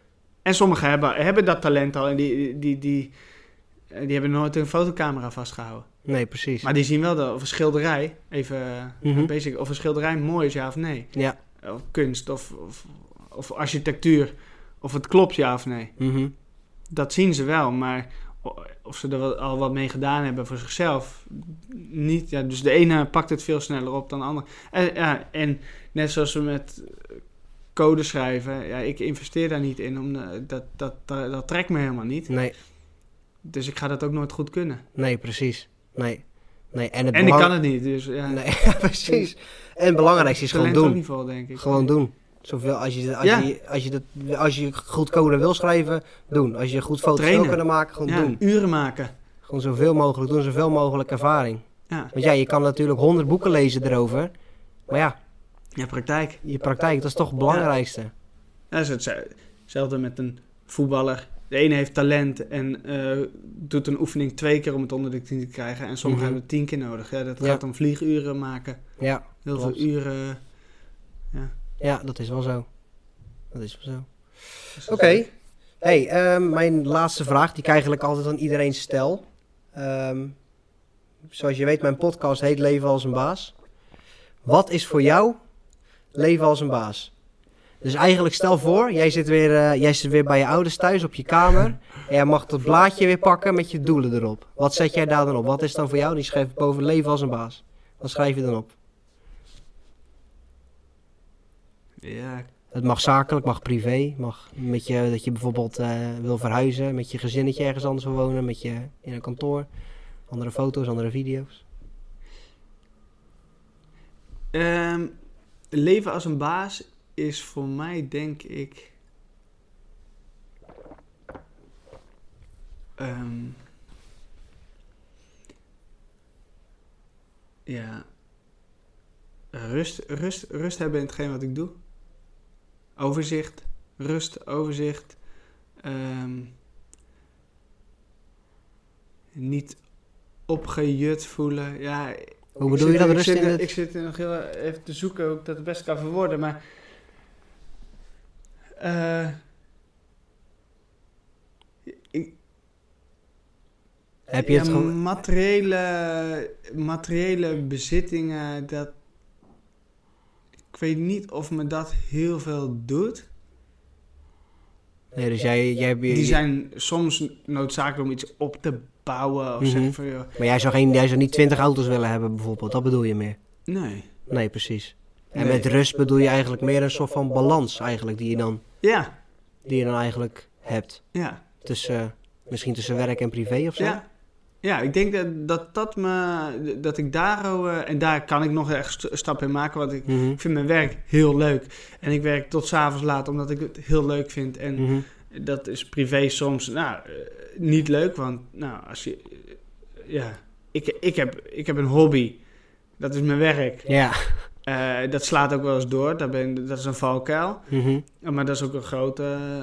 En sommigen hebben, hebben dat talent al en die, die, die, die hebben nooit een fotocamera vastgehouden.
Nee, precies.
Maar die zien wel dat of een schilderij, even
Mhm.
basic, of een schilderij mooi is, ja of nee.
Ja.
Of kunst, of, of, of architectuur, of het klopt, ja of nee.
Mhm.
Dat zien ze wel, maar of ze er wel- al wat mee gedaan hebben voor zichzelf, niet. Ja, dus de ene pakt het veel sneller op dan de andere. En, ja, en net zoals we met code schrijven, ja, ik investeer daar niet in, omdat dat, dat, dat, dat trekt me helemaal niet.
Nee,
Dus ik ga dat ook nooit goed kunnen.
nee, precies. Nee. Nee. En, het
En ik
belang-
kan het niet, dus ja.
Nee, precies. En het belangrijkste is gewoon
Talent ook
doen.
niet vol, denk ik.
Gewoon doen. Zoveel als je, als,
Ja.
je, als, je dat, als je goed code wil schrijven, doen. Als je goed foto's wil
Trainen.
kunnen maken, gewoon
Ja,
doen.
uren maken.
Gewoon zoveel mogelijk doen, zoveel mogelijk ervaring.
Ja,
Want ja, je kan natuurlijk honderd boeken lezen erover. Maar ja,
ja praktijk.
je praktijk, dat is toch het belangrijkste.
Dat is het- hetzelfde met een voetballer. De ene heeft talent en eh, doet een oefening twee keer om het onder de tien te krijgen. En sommigen
Mhm.
hebben tien keer nodig. Ja, dat
Ja.
gaat om vlieguren maken.
Ja,
Heel
Klopt.
veel uren.
ja, dat is wel zo. Dat is wel zo.
Dus
Oké.
dat is-
Hey, ehm, mijn laatste vraag, die ik eigenlijk altijd aan iedereen stel. Ehm, zoals je weet, mijn podcast heet Leven als een baas. Wat is voor jou leven als een baas? Dus eigenlijk stel voor, jij zit weer, eh, jij zit weer bij je ouders thuis op je kamer. En jij mag dat blaadje weer pakken met je doelen erop. Wat zet jij daar dan op? Wat is dan voor jou? Die schrijf ik boven leven als een baas. Wat schrijf je dan op?
Ja,
Het mag zakelijk, mag privé. Mag met je, dat je bijvoorbeeld eh, wil verhuizen, met je gezinnetje ergens anders wil wonen, met je in een kantoor. Andere foto's, andere video's.
Ehm, leven als een baas is voor mij, denk ik... ehm, ja... Rust, rust, rust hebben in hetgeen wat ik doe. Overzicht. Rust, overzicht. Ehm, niet opgejut voelen. Ja,
Hoe
ik
bedoel je
zit-
dat
ik
rust
zit,
in het...
Ik zit er nog heel even te zoeken hoe ik dat het best kan verwoorden, maar... eh, ik,
Heb je het
ja,
gewoon...
materiële, materiële bezittingen, dat, ik weet niet of me dat heel veel doet.
Nee, dus jij... jij
Die zijn soms noodzakelijk om iets op te bouwen. Of
Mhm.
zeggen van, joh,
Maar jij zou, geen, jij zou niet twintig auto's willen hebben bijvoorbeeld, dat bedoel je meer?
nee.
Nee, precies. En
Nee.
met rust bedoel je eigenlijk meer een soort van balans eigenlijk die je dan,
Ja,
die je dan eigenlijk hebt.
ja.
Tussen, eh, misschien tussen werk en privé of zo?
Ja. Ja, ik denk dat dat, dat me... Dat ik daar... eh, en daar kan ik nog echt st- stap in maken. Want ik,
Mhm.
ik vind mijn werk heel leuk. En ik werk tot 's avonds laat omdat ik het heel leuk vind. En
Mhm.
dat is privé soms nou, eh, niet leuk. Want nou, als je... eh, ja, ik, ik, heb, ik heb een hobby. Dat is mijn werk.
Ja.
Eh, dat slaat ook wel eens door. Dat, ben, dat is een valkuil.
Mhm.
Maar dat is ook een groot eh,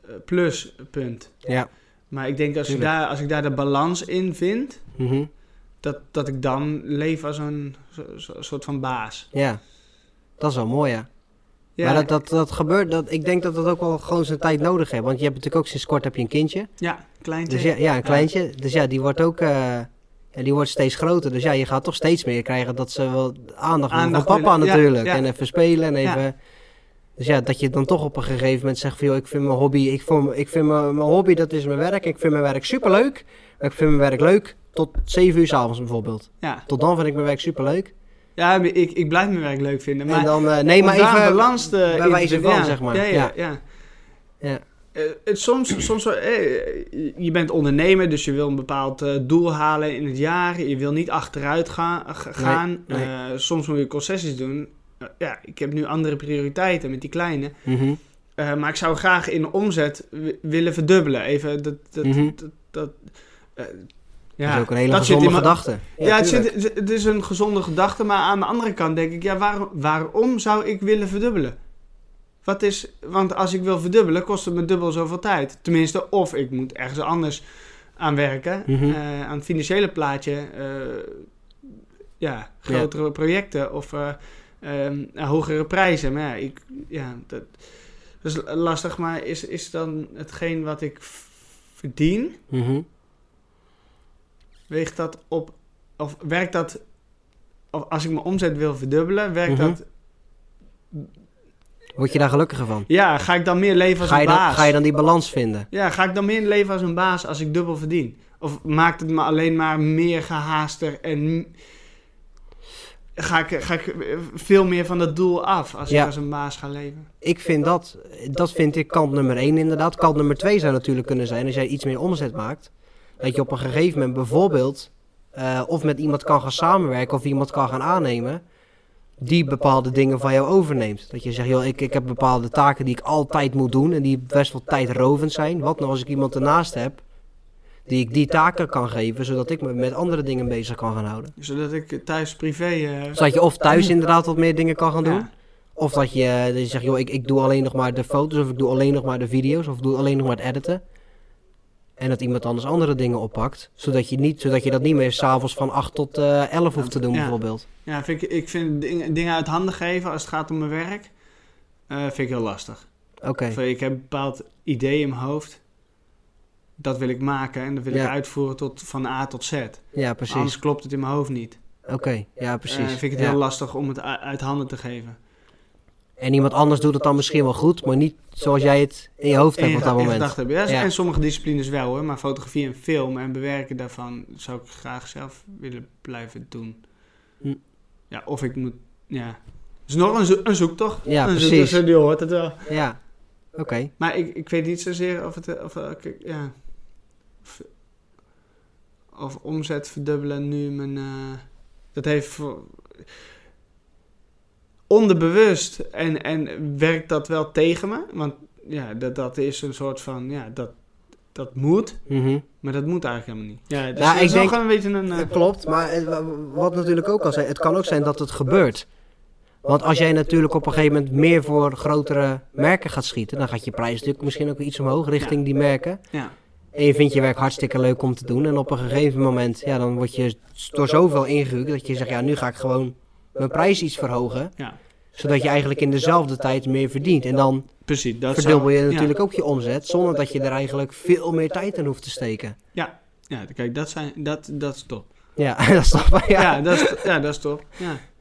pluspunt.
Ja.
Maar ik denk als, je
Tuurlijk.
daar, als ik daar de balans in vind...
Mhm.
Dat, dat ik dan leef als een zo- zo- soort van baas.
Ja. Dat is wel mooi, ja.
Ja,
Maar dat, dat, dat gebeurt, dat, ik denk dat dat ook wel gewoon zijn tijd nodig heeft. Want je hebt natuurlijk ook sinds kort heb je een kindje.
ja kleintje.
Dus ja, ja een kleintje. Dus ja, die wordt ook... eh, ja, die wordt steeds groter. Dus ja, je gaat toch steeds meer krijgen dat ze wel aandacht willen
Aandacht
van papa
willen, ja,
natuurlijk.
ja.
En even spelen en even...
Ja.
Dus ja, dat je dan toch op een gegeven moment zegt van... Joh, ik vind mijn hobby... Ik, vond, ik vind mijn, mijn hobby, dat is mijn werk. Ik vind mijn werk superleuk. Ik vind mijn werk leuk tot zeven uur 's avonds bijvoorbeeld.
Ja,
Tot dan vind ik mijn werk superleuk.
ja ik, ik blijf mijn werk leuk vinden. Maar
En dan... eh, nee,
om
maar
daar een
even...
balans te, in
bij
te
wijze
vinden,
van,
ja.
zeg maar.
Ja, ja,
Ja.
ja.
Ja.
Eh, het, soms, soms wel, eh, je bent ondernemer, dus je wil een bepaald eh, doel halen in het jaar. Je wil niet achteruit ga- ga- gaan.
nee.
Eh, soms moet je concessies doen. Eh, ja, ik heb nu andere prioriteiten met die kleine.
Mhm.
Eh, maar ik zou graag in de omzet w- willen verdubbelen. Even dat... dat,
Mhm.
dat, dat eh,
Dat
ja,
is ook een hele
dat zit
gezonde
in mijn-
gedachte.
Ja, het,
tuurlijk.
zit, het is een gezonde gedachte, maar aan de andere kant denk ik, ja, waarom, waarom zou ik willen verdubbelen? Wat is, want als ik wil verdubbelen, kost het me dubbel zoveel tijd. Tenminste, of ik moet ergens anders aan werken,
Mhm.
eh, aan het financiële plaatje, eh, ja, grotere projecten of eh, ehm, hogere prijzen. Maar ja, ik, ja dat, dat is lastig, maar is, is dan hetgeen wat ik v- verdien...
Mhm.
Weegt dat op, of werkt dat, of als ik mijn omzet wil verdubbelen, werkt
Mhm.
dat,
Word je daar gelukkiger van?
ja, ga ik dan meer leven als
Ga je,
een
dan,
baas?
ga je dan die balans vinden?
Ja, ga ik dan meer leven als een baas als ik dubbel verdien? Of maakt het me alleen maar meer gehaaster en m- ga ik, ga ik veel meer van dat doel af als
Ja.
ik als een baas ga leven?
Ik vind dat, dat vind ik kant nummer één inderdaad. Kant nummer twee zou natuurlijk kunnen zijn als jij iets meer omzet maakt. Dat je op een gegeven moment bijvoorbeeld eh, of met iemand kan gaan samenwerken of iemand kan gaan aannemen die bepaalde dingen van jou overneemt. Dat je zegt, joh, ik, ik heb bepaalde taken die ik altijd moet doen en die best wel tijdrovend zijn. Wat nou als ik iemand ernaast heb die ik die taken kan geven, zodat ik me met andere dingen bezig kan gaan houden.
Zodat ik thuis privé... eh,
Zodat je of thuis inderdaad wat meer dingen kan gaan doen.
ja.
Of dat je, dat je zegt, joh, ik, ik doe alleen nog maar de foto's, of ik doe alleen nog maar de video's, of ik doe alleen nog maar het editen. En dat iemand anders andere dingen oppakt. Zodat je, niet, zodat je dat niet meer s'avonds van acht tot eh, elf hoeft te doen,
Ja.
bijvoorbeeld.
Ja, vind ik, ik vind dingen, dingen uit handen geven als het gaat om mijn werk, eh, vind ik heel lastig.
Oké.
Of ik heb een bepaald idee in mijn hoofd. Dat wil ik maken en dat wil ik
Ja.
uitvoeren tot, van A tot Z.
Ja, precies.
Anders klopt het in mijn hoofd niet.
Oké, ja, precies.
Eh, vind ik het
Ja.
heel lastig om het u- uit handen te geven.
En iemand anders doet het dan misschien wel goed, maar niet zoals jij het in je hoofd
En
hebt op dat
in
moment.
gedachten hebben. Ja,
Ja.
En sommige disciplines wel hoor. Maar fotografie en film en bewerken daarvan zou ik graag zelf willen blijven doen.
Hm.
Ja, of ik moet... Ja. Het is nog een, zo- een zoektocht.
Ja,
een
precies.
Zoektocht, je hoort het wel.
Ja, oké.
Maar ik, ik weet niet zozeer of het... Of, of, ja, of, of omzet verdubbelen nu mijn... eh, dat heeft... Voor, onderbewust en, en werkt dat wel tegen me. Want ja, dat, dat is een soort van... Ja, dat, dat moet.
Mhm.
Maar dat moet eigenlijk helemaal niet. Ja, dus
Ja,
dat
ik
is wel
denk-
gewoon een beetje een... eh,
Dat klopt, maar het- wa- wat natuurlijk ook al zijn, het kan ook zijn dat het gebeurt. Want als jij natuurlijk op een gegeven moment meer voor grotere merken gaat schieten, dan gaat je prijs natuurlijk misschien ook iets omhoog richting die merken.
ja.
En je vindt je werk hartstikke leuk om te doen. En op een gegeven moment, ja, dan word je door zoveel ingehuurd dat je zegt, ja, nu ga ik gewoon mijn prijs iets verhogen.
Ja.
Zodat je eigenlijk in dezelfde tijd meer verdient. En dan
Precies. Dat
verdubbel je
zou-
natuurlijk ook je omzet, zonder dat je er eigenlijk veel meer tijd in hoeft te steken.
Ja, ja kijk, dat, zijn, dat, dat is top.
Ja, dat is toch... Ja,
Ja, dat is, ja, dat is top. Ja.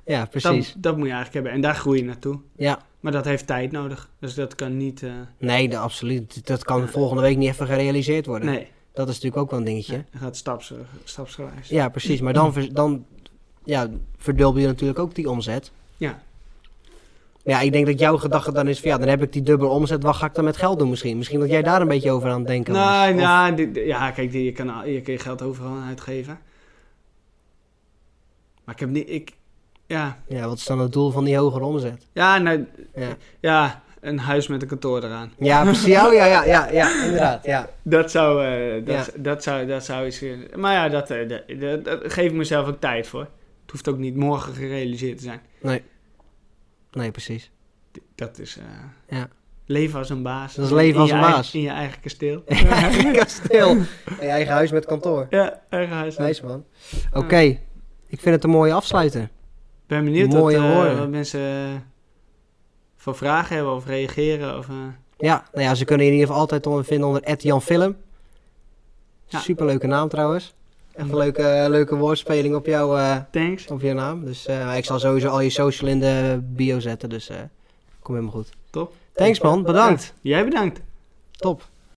Ja, precies.
Dat, dat moet je eigenlijk hebben. En daar groei je naartoe.
Ja.
Maar dat heeft tijd nodig. Dus dat kan niet... Uh...
Nee, dat, absoluut. Dat kan volgende week niet even gerealiseerd worden.
Nee.
Dat is natuurlijk ook wel een dingetje.
Nee, dat gaat staps, stapsgewijs.
Ja, precies. Maar dan, dan ja, verdubbel je natuurlijk ook die omzet.
Ja.
Ja, ik denk dat jouw gedachte dan is van ja, dan heb ik die dubbele omzet. Wat ga ik dan met geld doen misschien? Misschien dat jij daar een beetje over aan het denken was.
Nou,
of...
ja, dit, ja, kijk, je kan, je kan je geld overal uitgeven. Maar ik heb niet... Ik, ja.
ja, wat is dan het doel van die hogere omzet?
Ja, nou...
Ja.
Ja, een huis met een kantoor eraan.
Ja, precies. Oh, ja, ja, ja, ja, inderdaad, ja.
Dat zou, uh, dat,
ja.
dat zou, dat zou iets... Maar ja, dat, uh, dat, dat, dat geef ik mezelf ook tijd voor. Het hoeft ook niet morgen gerealiseerd te zijn.
Nee. Nee, precies.
Dat is... Uh,
ja.
Leven als een baas.
Dat is leven als een
eigen,
baas.
In je eigen kasteel.
In je eigen kasteel. In je eigen huis met kantoor.
Ja, eigen huis.
Nice, man. Oké, okay. Ik vind het een mooie afsluiter.
Ik ben benieuwd
mooie
wat, uh,
woorden.
wat mensen uh, voor vragen hebben of reageren. Of, uh...
Ja, nou ja, ze kunnen je in ieder geval altijd onder vinden onder at Jan Film. Ja. Superleuke naam trouwens. Echt een leuke, leuke woordspeling op, jou, uh,
Thanks.
op jouw naam. Dus uh, ik zal sowieso al je social in de bio zetten. Dus uh, kom helemaal goed.
Top.
Thanks man, bedankt.
Ja, jij bedankt.
Top.